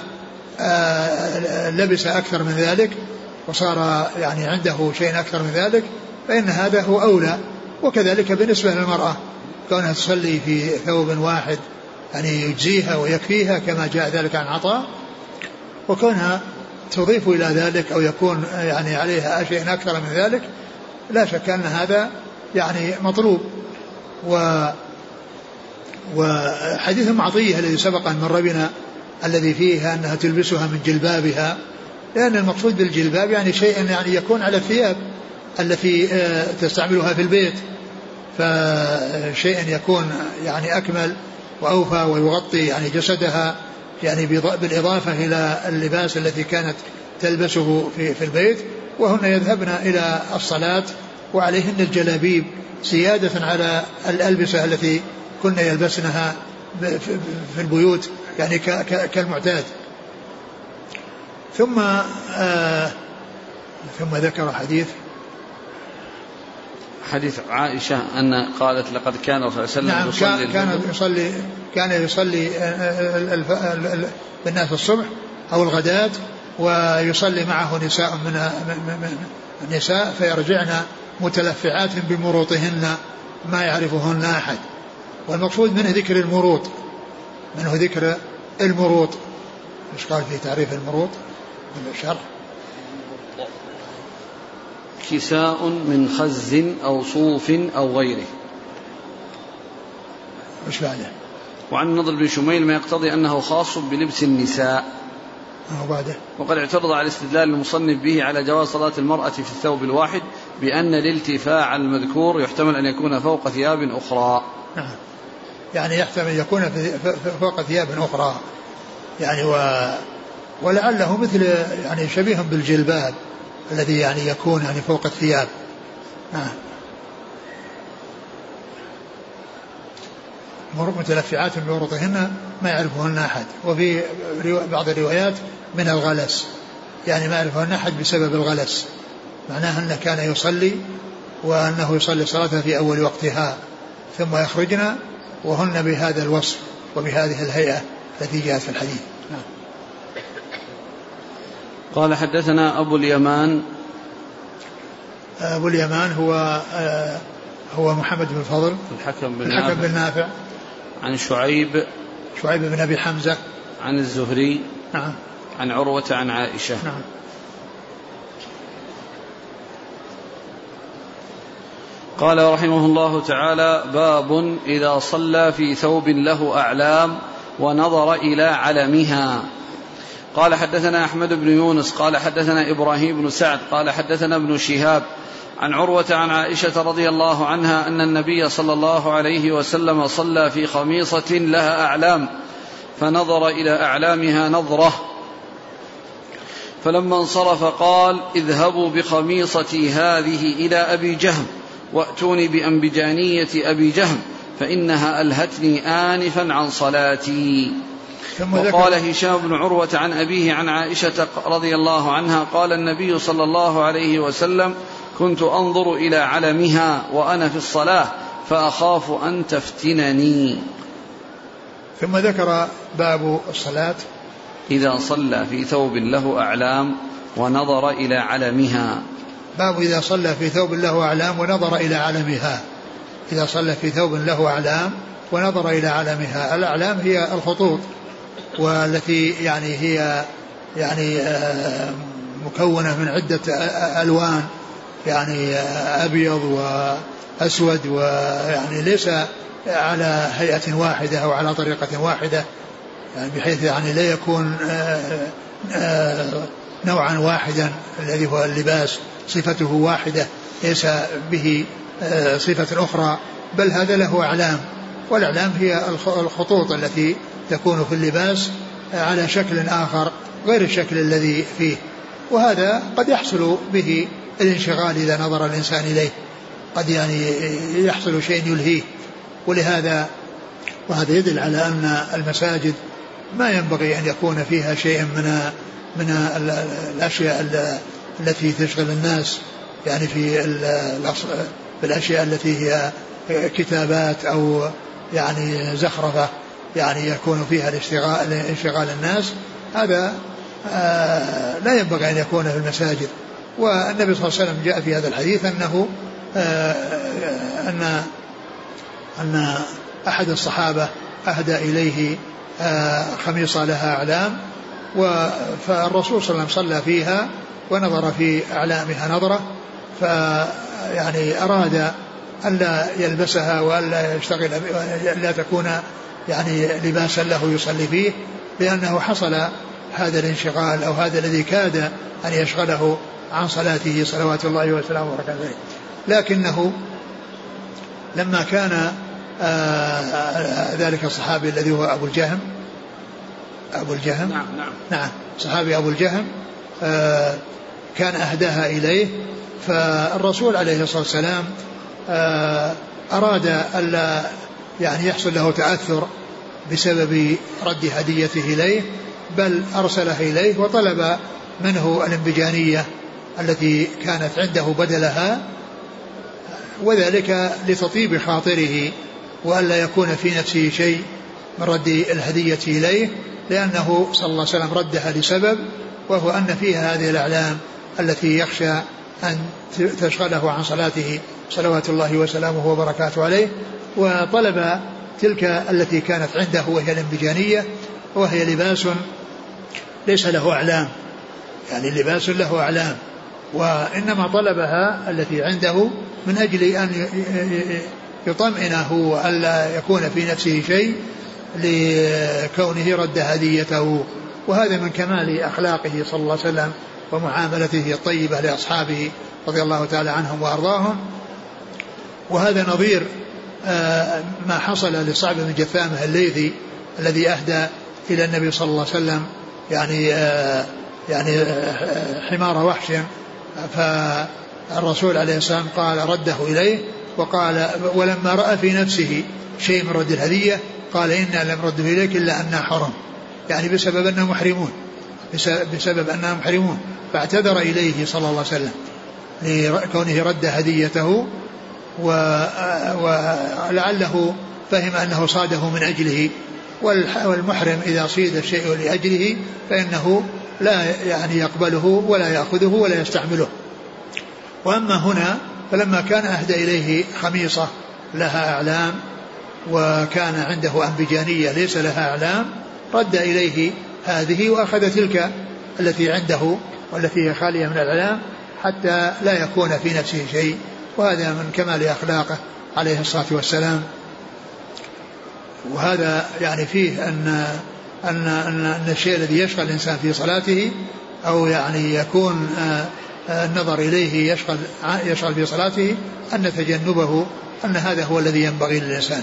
لبس أكثر من ذلك وصار يعني عنده شيء أكثر من ذلك فإن هذا هو أولى. وكذلك بالنسبة للمرأة كونها تصلي في ثوب واحد يعني يجزيها ويكفيها كما جاء ذلك عن عطاء، وكونها تضيف إلى ذلك أو يكون يعني عليها شيء أكثر من ذلك لا شك أن هذا يعني مطلوب. وحديث معطية الذي سبق أن مر بنا الذي فيه أنها تلبسها من جلبابها، لأن المقصود بالجلباب يعني شيء يعني يكون على الثياب التي تستعملها في البيت، فشيء يكون يعني أكمل وأوفى ويغطي يعني جسدها يعني بالإضافة إلى اللباس الذي كانت تلبسه في البيت، وهن يذهبن إلى الصلاة وعليهن الجلابيب زيادة على الألبسة التي كنا يلبسنها في البيوت يعني كالمعتاد. ثم ذكر حديث عائشة أن قالت: لقد كان رسول الله صلى الله عليه وسلم كان يصلي بالناس الصبح أو الغداة ويصلي معه نساء من النساء فيرجعن متلفعات بمروطهن ما يعرفهن أحد. والمقصود منه ذكر المروط. ايش قال في تعريف المروط بالشرح؟ كساء من خز أو صوف أو غيره. ايش بعده؟ وعن النضر بن شميل ما يقتضي أنه خاص بلبس النساء. وقد اعترض على الاستدلال المصنف به على جواز صلاة المرأة في الثوب الواحد بأن الالتفاع المذكور يحتمل أن يكون فوق ثياب أخرى. يعني يحتمل يكون فوق ثياب أخرى يعني ولعله مثل يعني شبيه بالجلباب الذي يعني يكون يعني فوق الثياب. متلفعات بمروطهن ما يعرفهن أحد. وفي بعض الروايات من الغلس، يعني ما يعرفهن أحد بسبب الغلس، معناها أنه كان يصلي وأنه يصلي صلاته في أول وقتها ثم يخرجنا وهن بهذا الوصف وبهذه الهيئة التي جاءت في الحديث. قال: حدثنا أبو اليمان. أبو اليمان هو محمد بن فضل الحكم بن نافع عن شعيب بن أبي حمزة عن الزهري نعم عن عروة عن عائشة. نعم. قال رحمه الله تعالى: باب إذا صلى في ثوب له أعلام ونظر إلى علمها. قال حدثنا أحمد بن يونس قال حدثنا إبراهيم بن سعد قال حدثنا ابن شهاب عن عروة عن عائشة رضي الله عنها أن النبي صلى الله عليه وسلم صلى في خميصة لها أعلام فنظر إلى أعلامها نظرة، فلما انصرف قال: اذهبوا بخميصتي هذه إلى أبي جهم وأتوني بأنبجانية أبي جهم فإنها ألهتني آنفا عن صلاتي. وقال هشام بن عروة عن أبيه عن عائشة رضي الله عنها قال النبي صلى الله عليه وسلم: كنت أنظر إلى علمها وأنا في الصلاة فأخاف أن تفتنني. ثم ذكر باب الصلاة إذا صلى في ثوب له أعلام ونظر إلى علمها. باب إذا صلى في ثوب له أعلام ونظر إلى علمها. إذا صلى في ثوب له أعلام ونظر إلى علمها. الأعلام هي الخطوط، والتي يعني هي يعني مكونة من عدة ألوان، يعني أبيض وأسود، ويعني ليس على هيئة واحدة أو على طريقة واحدة، يعني بحيث يعني لا يكون نوعا واحدا الذي هو اللباس صفته واحدة ليس به صفة أخرى، بل هذا له أعلام، والأعلام هي الخطوط التي تكون في اللباس على شكل آخر غير الشكل الذي فيه، وهذا قد يحصل به الانشغال إذا نظر الإنسان إليه، قد يعني يحصل شيء يلهيه. ولهذا وهذا يدل على أن المساجد ما ينبغي أن يكون فيها شيء من الأشياء التي تشغل الناس، يعني في الأشياء التي هي كتابات أو يعني زخرفة يعني يكون فيها انشغال الناس، هذا لا ينبغي أن يكون في المساجد. والنبي صلى الله عليه وسلم جاء في هذا الحديث أنه أن أحد الصحابة أهدى إليه خميصة لها أعلام، فالرسول صلى الله عليه وسلم صلى فيها ونظر في أعلامها نظرة، فيعني أراد ألا يلبسها وألا يشتغل، لا تكون يعني لباسا له يصلي فيه، لأنه حصل هذا الانشغال أو هذا الذي كاد أن يشغله عن صلاته صلوات الله وسلامه وبركاته. لكنه لما كان ذلك الصحابي الذي هو أبو الجهم نعم صحابي أبو الجهم كان أهداها إليه، فالرسول عليه الصلاة والسلام أراد ألا يعني يحصل له تأثر بسبب رد هديته إليه، بل أرسله إليه وطلب منه الانبجانية التي كانت عنده بدلها، وذلك لتطيب خاطره وألا يكون في نفسه شيء من رد الهدية إليه، لأنه صلى الله عليه وسلم ردها لسبب، وهو أن فيها هذه الأعلام التي يخشى أن تشغله عن صلاته صلوات الله وسلامه وبركاته عليه، وطلب تلك التي كانت عنده وهي الانبجانية، وهي لباس ليس له أعلام، يعني لباس له أعلام، وإنما طلبها التي عنده من أجل أن يطمئنه وألا يكون في نفسه شيء لكونه رد هديته. وهذا من كمال أخلاقه صلى الله عليه وسلم ومعاملته الطيبة لأصحابه رضي الله تعالى عنهم وأرضاهم. وهذا نظير ما حصل لصعب بن جثامة الليثي الذي أهدى إلى النبي صلى الله عليه وسلم يعني حمار وحش، فالرسول عليه السلام قال رده إليه، وقال ولما رأى في نفسه شيء من رد الهدية قال إنا لم رده إليك إلا أننا حرم، يعني بسبب أننا محرمون، فاعتذر إليه صلى الله عليه وسلم لكونه رد هديته، ولعله فهم أنه صاده من أجله، والمحرم إذا صيد الشيء لأجله فإنه لا يعني يقبله ولا يأخذه ولا يستعمله. وأما هنا فلما كان أهدى إليه خميصة لها أعلام وكان عنده أنبجانية ليس لها أعلام، رد إليه هذه وأخذ تلك التي عنده والتي هي خالية من الإعلام حتى لا يكون في نفسه شيء. وهذا من كمال أخلاقه عليه الصلاة والسلام. وهذا يعني فيه أن الشيء الذي يشغل الإنسان في صلاته أو يعني يكون النظر إليه يشغل في صلاته أن تجنبه أن هذا هو الذي ينبغي للإنسان.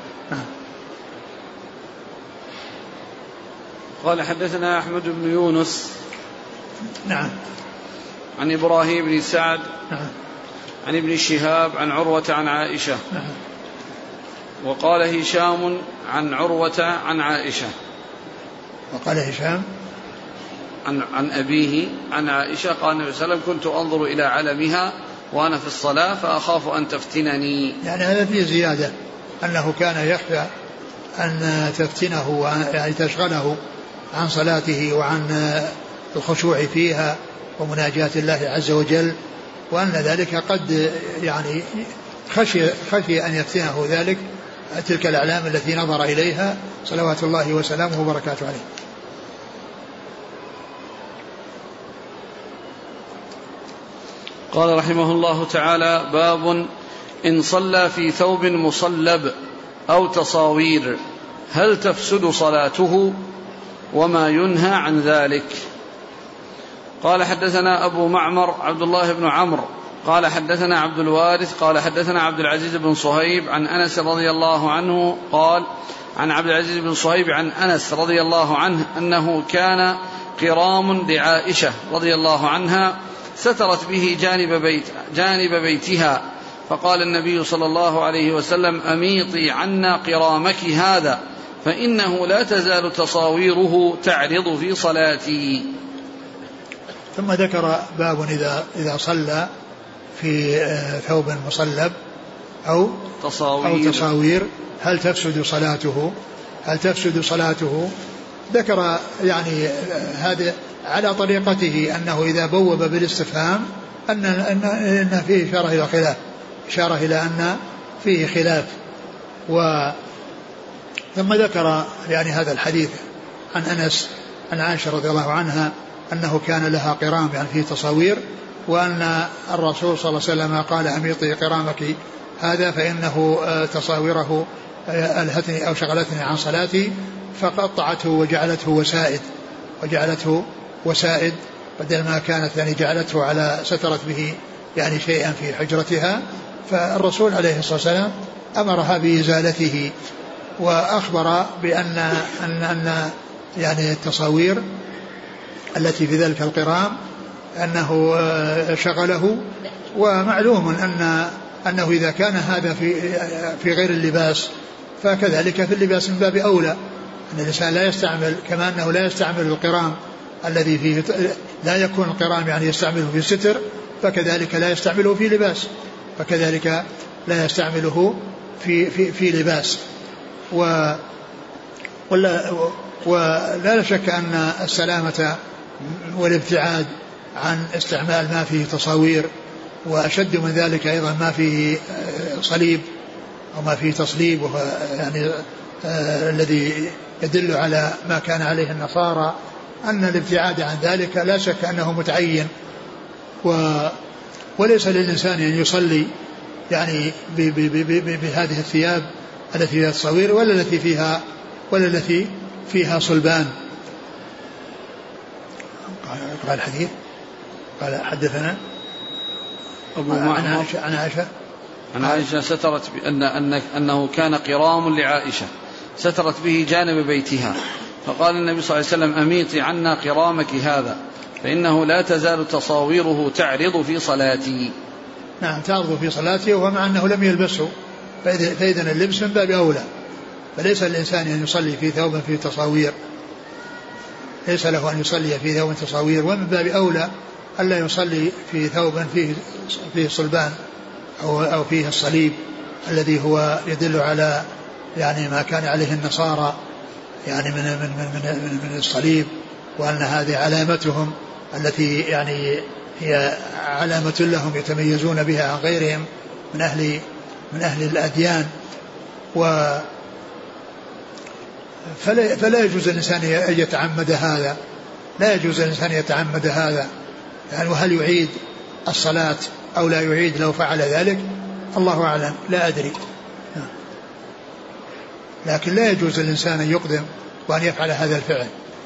قال حدثنا أحمد بن يونس نعم عن إبراهيم بن سعد نعم عن ابن شهاب عن عروة عن عائشة نعم. وقال هشام عن عروة عن عائشة. وقال هشام عن أبيه عن عائشة قال النبي صلى الله عليه وسلم كنت أنظر إلى علمها وأنا في الصلاة فأخاف أن تفتنني. يعني هذا فيه زيادة أنه كان يخشى أن تفتنه يعني تشغله عن صلاته وعن الخشوع فيها ومناجاة الله عز وجل, وأن ذلك قد يعني خشي أن يفتنه ذلك تلك الأعلام التي نظر إليها صلوات الله وسلامه وبركاته عليه. قال رحمه الله تعالى: باب إن صلى في ثوب مصلب أو تصاوير هل تفسد صلاته وما ينهى عن ذلك. قال حدثنا أبو معمر عبد الله بن عمرو قال حدثنا عبد الوارث قال حدثنا عبد العزيز بن صهيب عن أنس رضي الله عنه قال عن عبد العزيز بن صهيب عن أنس رضي الله عنه أنه كان قرام لعائشة رضي الله عنها سترت به جانب بيتها فقال النبي صلى الله عليه وسلم: أميطي عنا قرامك هذا فإنه لا تزال تصاويره تعرض في صلاتي. ثم ذكر باب إذا صلى في ثوب مصلب أو تصاوير هل تفسد صلاته. ذكر يعني هذا على طريقته أنه إذا بوب بالاستفهام أن فيه إشارة إلى أن فيه خلاف. ثم ذكر يعني هذا الحديث عن أنس عن عائشة رضي الله عنها أنه كان لها قرام يعني فيه تصاوير, وأن الرسول صلى الله عليه وسلم قال: أميطي قرامك هذا فإنه تصاويره ألهتني أو شغلتني عن صلاتي, فقطعته وجعلته وسائد بدل ما كانت يعني جعلته على سترت به يعني شيئا في حجرتها. فالرسول عليه الصلاة والسلام أمرها بإزالته, وأخبر بأن يعني التصاوير التي في ذلك القرام أنه شغله. ومعلوم أنه إذا كان هذا في غير اللباس فكذلك في اللباس من باب أولى أن الإنسان لا يستعمل, كما أنه لا يستعمل القرام الذي فيه لا يكون القرام يعني يستعمله في ستر, فكذلك لا يستعمله في لباس, فكذلك لا يستعمله في لباس. ولا شك أن السلامة والابتعاد عن استعمال ما فيه تصاوير, وأشد من ذلك أيضا ما فيه صليب أو ما فيه تصليب, وهو يعني الذي يدل على ما كان عليه النصارى, أن الابتعاد عن ذلك لا شك أنه متعين. وليس للإنسان أن يصلي يعني بهذه الثياب التي فيها تصوير ولا التي فيها صلبان. قال الحديث قال حدثنا أبو معمر عن عائشة سترت أنه كان قرام لعائشة سترت به جانب بيتها فقال النبي صلى الله عليه وسلم: أميطي عنا قرامك هذا فإنه لا تزال تصاويره تعرض في صلاتي. نعم, تعرض في صلاته, ومع أنه لم يلبسه فإذا اللبس من باب أولى, فليس الإنسان أن يصلي في ثوب فيه تصاوير, ليس له أن يصلي في ثوب تصاوير, ومن باب أولى ألا يصلي في ثوب فيه صلبان أو فيه الصليب الذي هو يدل على يعني ما كان عليه النصارى يعني من الصليب, وأن هذه علامتهم التي يعني هي علامة لهم يتميزون بها عن غيرهم من أهل الأديان. فلا يجوز الإنسان أن يتعمد هذا، لا يجوز الإنسان يتعمد هذا يعني. وهل يعيد الصلاة أو لا يعيد لو فعل ذلك؟ الله أعلم، لا أدري. لكن لا يجوز الإنسان أن يقدم وأن يفعل هذا الفعل.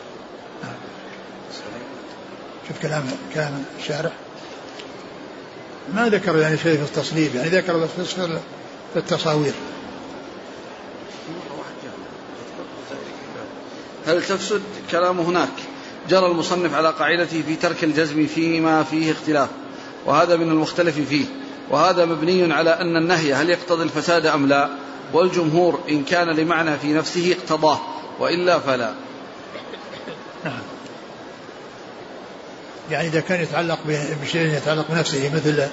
شوف كلام الشارح ما ذكر يعني شيء في التصليب، يعني ذكر في التصاوير. هل تفسد كلام هناك؟ جرى المصنف على قاعدته في ترك الجزم فيما فيه اختلاف، وهذا من المختلف فيه، وهذا مبني على أن النهي هل يقتضي الفساد أم لا، والجمهور إن كان لمعنى في نفسه اقتضاه وإلا فلا. نعم. يعني إذا كان يتعلق بشيء يتعلق بنفسه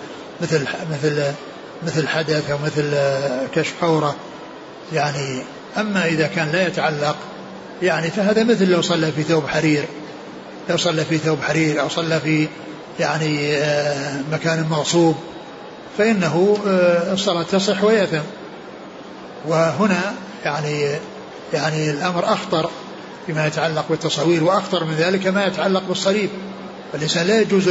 مثل حدث أو مثل كشف عورة يعني. أما إذا كان لا يتعلق يعني فهذا مثل لو صلى في ثوب حرير، أو صلى في يعني مكان مغصوب فإنه الصلاة تصح ويأثم. وهنا يعني الأمر أخطر فيما يتعلق بالتصوير، وأخطر من ذلك ما يتعلق بالصليب. فالإنسان لا يجوز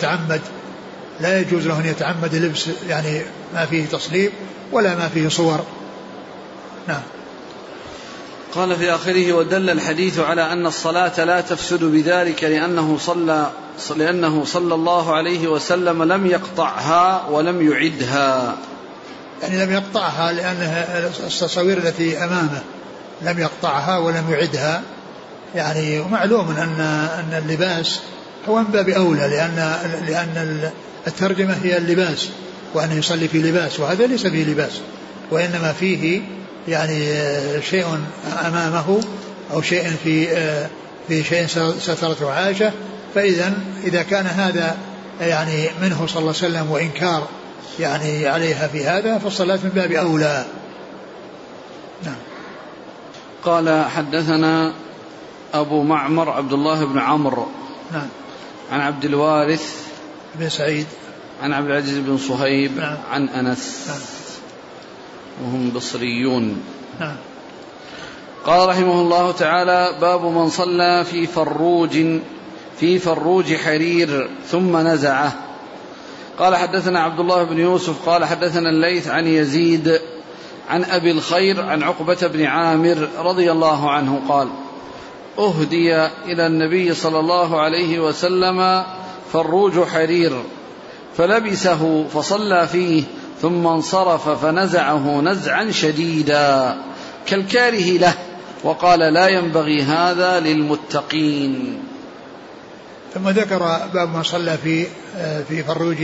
له أن يتعمد لبس يعني ما فيه تصليب ولا ما فيه صور. نعم. قال في آخره: ودل الحديث على أن الصلاة لا تفسد بذلك لأنه صلى الله عليه وسلم لم يقطعها ولم يعدها. يعني لم يقطعها لأنها التصاوير التي أمامه لم يقطعها ولم يعدها يعني. ومعلوم أن اللباس هو من باب أولى، لأن الترجمة هي اللباس، وأن يصلي في لباس، وهذا ليس فيه لباس، وإنما فيه يعني شيء أمامه أو شيء في شيء سترته عائشة. فإذا كان هذا يعني منه صلى الله عليه وسلم وإنكار يعني عليها في هذا، فالصلاة من باب أولى. نعم. قال: حدثنا أبو معمر عبد الله بن عمرو. نعم. عن عبد الوارث بن سعيد عن عبد العزيز بن صهيب. نعم. عن أنس. نعم. وهم بصريون. نعم. قال رحمه الله تعالى: باب من صلى في فروج حرير ثم نزعه. قال: حدثنا عبد الله بن يوسف قال: حدثنا الليث عن يزيد عن أبي الخير عن عقبة بن عامر رضي الله عنه قال: أهدي إلى النبي صلى الله عليه وسلم فروج حرير فلبسه فصلى فيه ثم انصرف فنزعه نزعا شديدا كالكاره له، وقال: لا ينبغي هذا للمتقين. ثم ذكر باب ما صلى في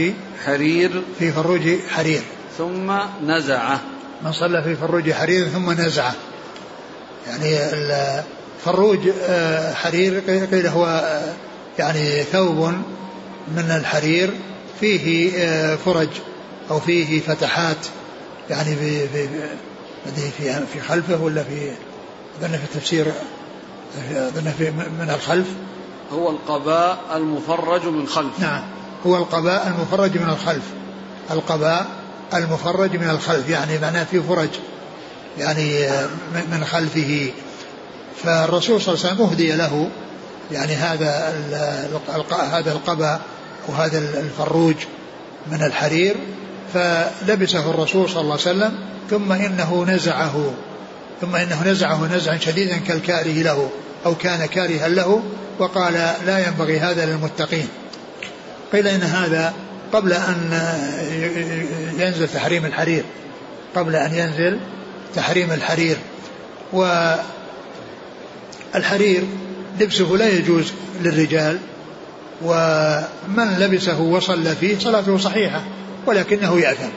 فروج حرير ثم نزعه. من صلى في فروج حرير ثم نزعه، يعني فروج حرير قيل هو يعني ثوب من الحرير فيه فرج أو فيه فتحات يعني في خلفه، ولا في التفسير من الخلف هو القباء المفرج من خلف. نعم، هو القباء المفرج من الخلف، القباء المفرج من الخلف يعني معناه فيه فرج يعني من خلفه. فالرسول صلى الله عليه وسلم أهدي له يعني هذا القباء وهذا الفروج من الحرير، فلبسه الرسول صلى الله عليه وسلم ثم إنه نزعه نزعا شديدا كالكاره له أو كان كارها له، وقال: لا ينبغي هذا للمتقين. قيل إن هذا قبل أن ينزل تحريم الحرير، والحرير لبسه لا يجوز للرجال، ومن لبسه وصلى فيه صلاته صحيحة، ولكنه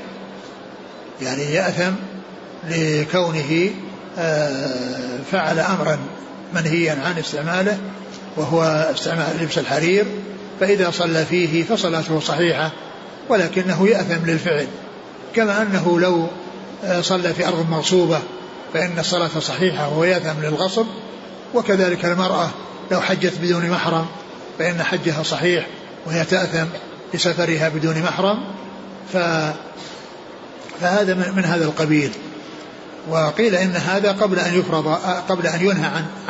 يأثم لكونه فعل أمرا منهيا عن استعماله، وهو استعمال لبس الحرير، فإذا صلى فيه فصلاته صحيحة ولكنه يأثم للفعل، كما أنه لو صلى في أرض مغصوبة فإن الصلاة صحيحة وهو يأثم للغصب، وكذلك المرأة لو حجت بدون محرم فإن حجها صحيح وهي تأثم لسفرها بدون محرم، فهذا من هذا القبيل. وقيل إن هذا قبل أن يفرض، قبل أن ينهى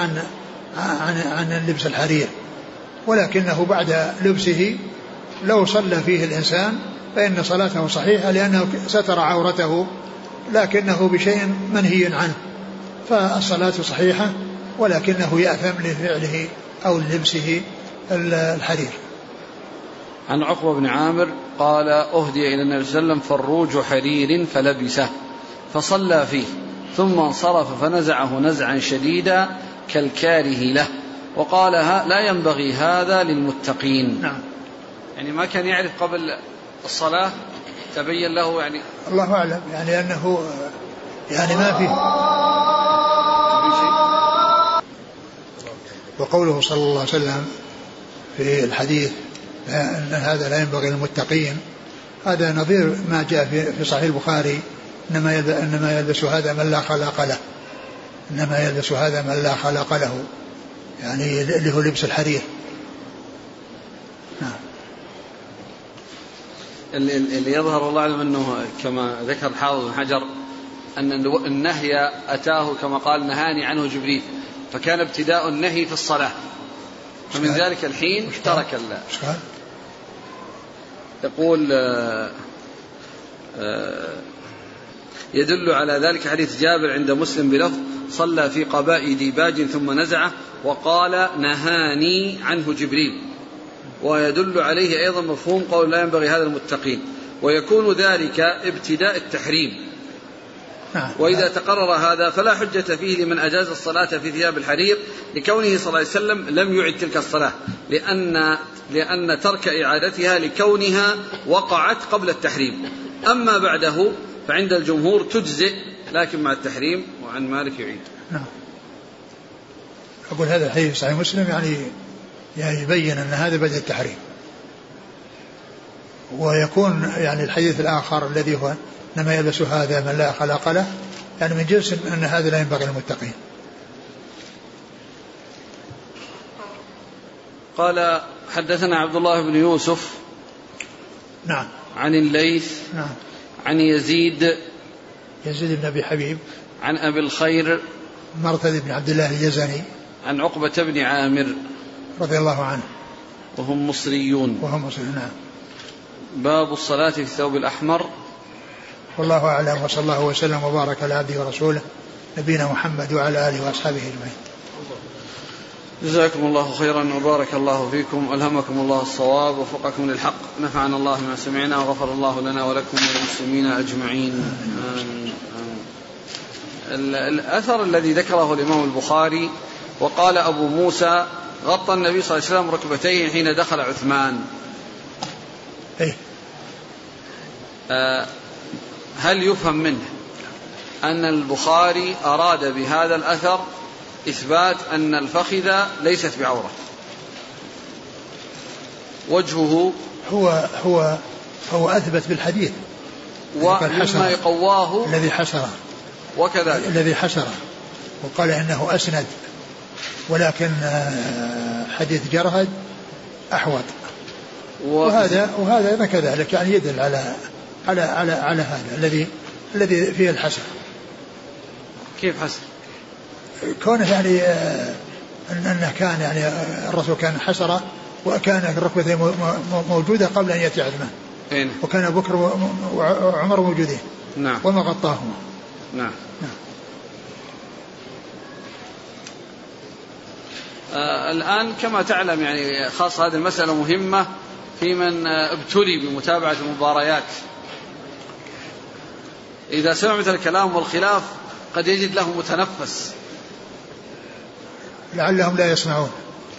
عن لبس الحرير، ولكنه بعد لبسه لو صلى فيه الإنسان فإن صلاته صحيحة لأنه ستر عورته لكنه بشيء منهي عنه، فالصلاة صحيحة ولكنه يأثم لفعله أو لبسه الحرير. عن عقبة بن عامر قال أهدي إلى النبي صلى الله عليه وسلم فروج حرير فلبسه فصلى فيه ثم انصرف فنزعه نزعا شديدا كالكاره له وقال لا ينبغي هذا للمتقين. نعم. يعني ما كان يعرف قبل الصلاة، تبين له يعني الله أعلم، يعني أنه يعني ما فيه. وقوله صلى الله عليه وسلم في الحديث أن هذا لا ينبغي للمتقين، هذا نظير ما جاء في صحيح البخاري إنما يلبس هذا من لا خلاق له، إنما يلبس هذا من لا خلاق له، يعني اللي هو لبس الحرير. اللي يظهر والله أعلم أنه كما ذكر الحافظ بن حجر أن النهي أتاه كما قال نهاني عنه جبريل، فكان ابتداء النهي في الصلاة، فمن ذلك الحين ترك يقول يدل على ذلك حديث جابر عند مسلم بلفظ صلى في قباء ديباج ثم نزعه وقال نهاني عنه جبريل، ويدل عليه أيضا مفهوم قول لا ينبغي هذا المتقين، ويكون ذلك ابتداء التحريم. وإذا تقرر هذا فلا حجة فيه لمن أجاز الصلاة في ثياب الحرير لكونه صلى الله عليه وسلم لم يعد تلك الصلاة، لأن ترك إعادتها لكونها وقعت قبل التحريم، أما بعده فعند الجمهور تجزئ لكن مع التحريم، وعن مالك يعيد. نعم. أقول هذا الحديث صحيح مسلم يعني يبين أن هذا بدء التحريم، ويكون يعني الحديث الآخر الذي هو إنما يلبس هذا من لا خلاق له يعني من جنس أن هذا لا ينبغي للمتقين. قال حدثنا عبد الله بن يوسف نعم عن الليث نعم عن يزيد بن أبي حبيب عن أبي الخير مرثد بن عبد الله اليزني عن عقبة بن عامر رضي الله عنه وهم مصريون. نعم. باب الصلاة في الثوب الأحمر. والله أعلم، وصلى الله وسلم وبارك على عبده ورسوله نبينا محمد وعلى آله وأصحابه أجمعين. جزاكم الله خيرا وبارك الله فيكم، ألهمكم الله الصواب ووفقكم للحق، نفعنا الله ما سمعنا وغفر الله لنا ولكم وللمسلمين أجمعين. الأثر الذي ذكره الإمام البخاري وقال أبو موسى غطى النبي صلى الله عليه وسلم ركبتيه حين دخل عثمان، هل يفهم منه أن البخاري أراد بهذا الأثر إثبات أن الفخذ ليست بعورة؟ وجهه هو أثبت بالحديث ومما يقواه الذي حسره، وكذلك الذي حسره وقال إنه أسند، ولكن حديث جرهد أحوط، وهذا أيضا كذلك، يعني يدل على هذا الذي فيه الحسر. كيف حسر؟ كونه يعني أنه كان يعني الرسول كان حسره وكان الركبتين موجودة قبل أن يأتي عثمان، وكان أبو بكر وعمر موجودين. نعم. وما غطاهما. نعم. الآن كما تعلم يعني خاصة هذه المسألة مهمة في من ابتلي بمتابعة المباريات، إذا سمع مثل الكلام والخلاف قد يجد له متنفس، لعلهم لا يسمعون.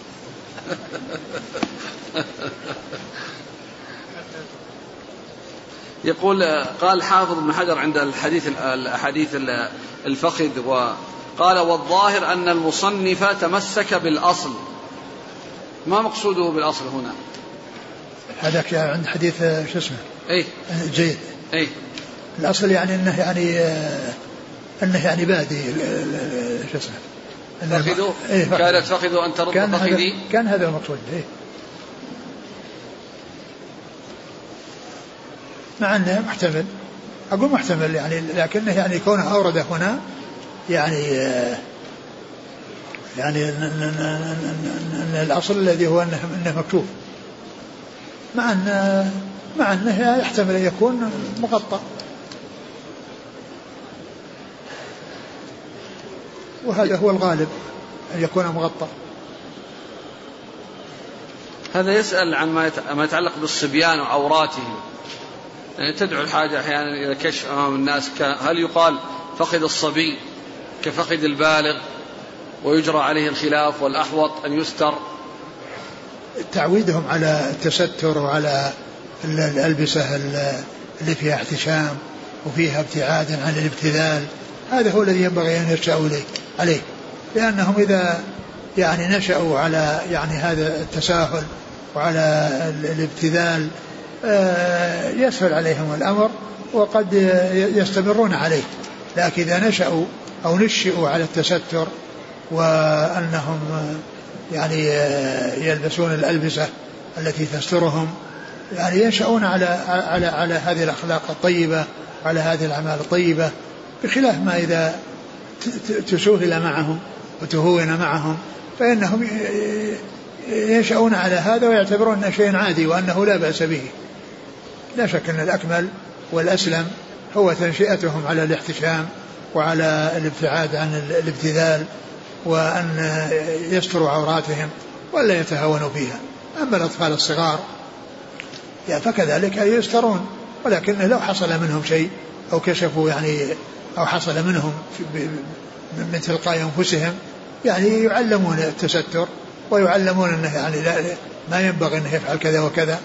يقول قال حافظ ابن حجر عند الحديث الفخذ، وقال والظاهر أن المصنف تمسك بالأصل. ما مقصوده بالأصل هنا؟ هذاك عند حديث شو اسمه جيد. الأصل يعني أنه يعني بادي شو اسمه فخذوا كانت فخذوا أن ترد فخذي، كان هذا المقصود. مع أنه محتمل أقول محتمل يعني، لكنه يعني كونه أورده هنا يعني أن الأصل الذي هو أنه مكتوب، مع أنه يحتمل أن يكون مغطى، وهذا هو الغالب أن يكون مغطى. هذا يسأل عن ما يتعلق بالصبيان وعوراتهم، يعني تدعو الحاجة أحيانا إلى كشف أمام الناس، هل يقال فقد الصبي كفقد البالغ ويجرى عليه الخلاف، والأحوط أن يستر؟ تعويدهم على التستر وعلى الألبسة اللي فيها احتشام وفيها ابتعاد عن الابتذال، هذا هو الذي ينبغي أن يرجعوا عليه، لأنهم إذا يعني نشأوا على يعني هذا التساهل وعلى الابتذال يسهل عليهم الأمر وقد يستمرون عليه. لكن إذا نشأوا أو نشئوا على التستر وأنهم يعني يلبسون الألبسة التي تسترهم، يعني ينشأون على هذه الأخلاق الطيبة وعلى هذه الأعمال الطيبة، بخلاف ما إذا تسهل معهم وتهون معهم فإنهم ينشأون على هذا ويعتبرون أنه شيء عادي وأنه لا بأس به. لا شك أن الأكمل والأسلم هو تنشئتهم على الاحتشام وعلى الابتعاد عن الابتذال، وأن يستروا عوراتهم ولا يتهاونوا فيها. أما الأطفال الصغار فكذلك يسترون، ولكن لو حصل منهم شيء أو كشفوا يعني أو حصل منهم من تلقاء أنفسهم يعني يعلمون التستر ويعلمون أنه يعني ما ينبغي أنه يفعل كذا وكذا،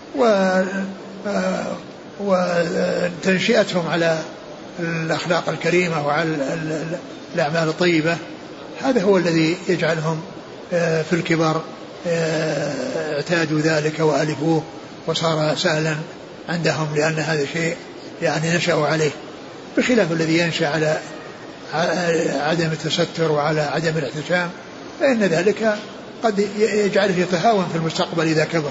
وتنشئتهم على الأخلاق الكريمة وعلى الأعمال الطيبة، هذا هو الذي يجعلهم في الكبر اعتادوا ذلك وألفوه وصار سهلا عندهم، لأن هذا شيء يعني نشأوا عليه، بخلاف الذي ينشأ على عدم التستر وعلى عدم الاحتشام فإن ذلك قد يجعله يتهاون في المستقبل إذا كبر.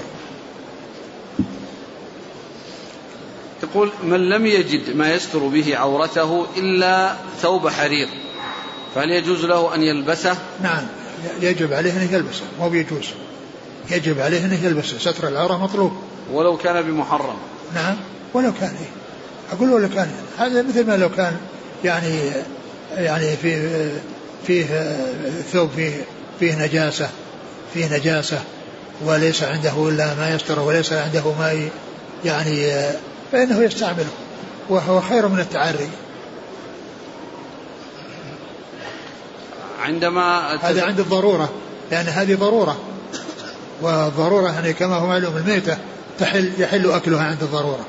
يقول: من لم يجد ما يستر به عورته إلا ثوب حرير فهل يجوز له أن يلبسه؟ نعم، يجب عليه أن يلبسه، مو بيجوز، يجب عليه أن يلبسه، ستر العورة مطلوب ولو كان بمحرم. نعم ولو كان أقول ولو كان، هذا مثل ما لو كان يعني فيه ثوب فيه نجاسة وليس عنده إلا ما يستره وليس عنده ما يعني فإنه يستعمله وهو خير من التعري. هذا عند الضرورة، لأن هذه ضرورة، والضرورة يعني كما هو معلوم الميتة يحل أكلها عند الضرورة.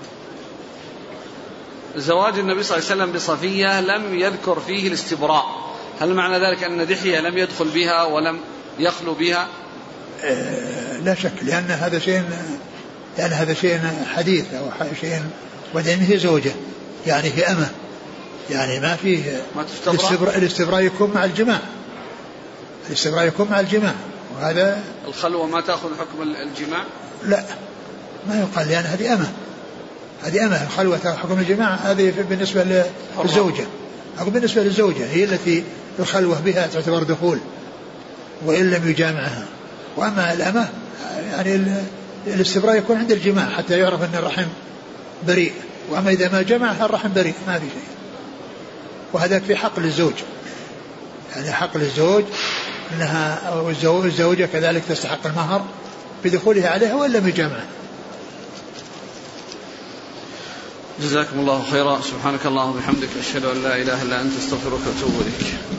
زواج النبي صلى الله عليه وسلم بصفية لم يذكر فيه الاستبراء، هل معنى ذلك أن دحية لم يدخل بها ولم يخلو بها؟ لا شك، لأن هذا شيء حديث أو شيء، وبعدين هي زوجة يعني هي أمة، يعني ما فيه الاستبراء يكون مع الجماع، وهذا الخلوة ما تأخذ حكم الجماع؟ لا ما يقال، لأن هذه أمة الخلوة تأخذ حكم الجماع، هذه بالنسبة للزوجة أو بالنسبة للزوجة هي التي الخلوة بها تعتبر دخول وإن لم يجامعها. وأما الأمة يعني الاستبراء يكون عند الجماع حتى يعرف أن الرحم بريء، وأما إذا ما جمعها الرحم بريء ما في شيء. وهذا في حق للزوج، يعني حق للزوج أنها الزوجة كذلك تستحق المهر بدخولها عليها وإن لم يجامعها. جزاكم الله خيرا. سبحانك اللهم وبحمدك، أشهد أن لا إله إلا أنت، استغفرك وأتوب إليك.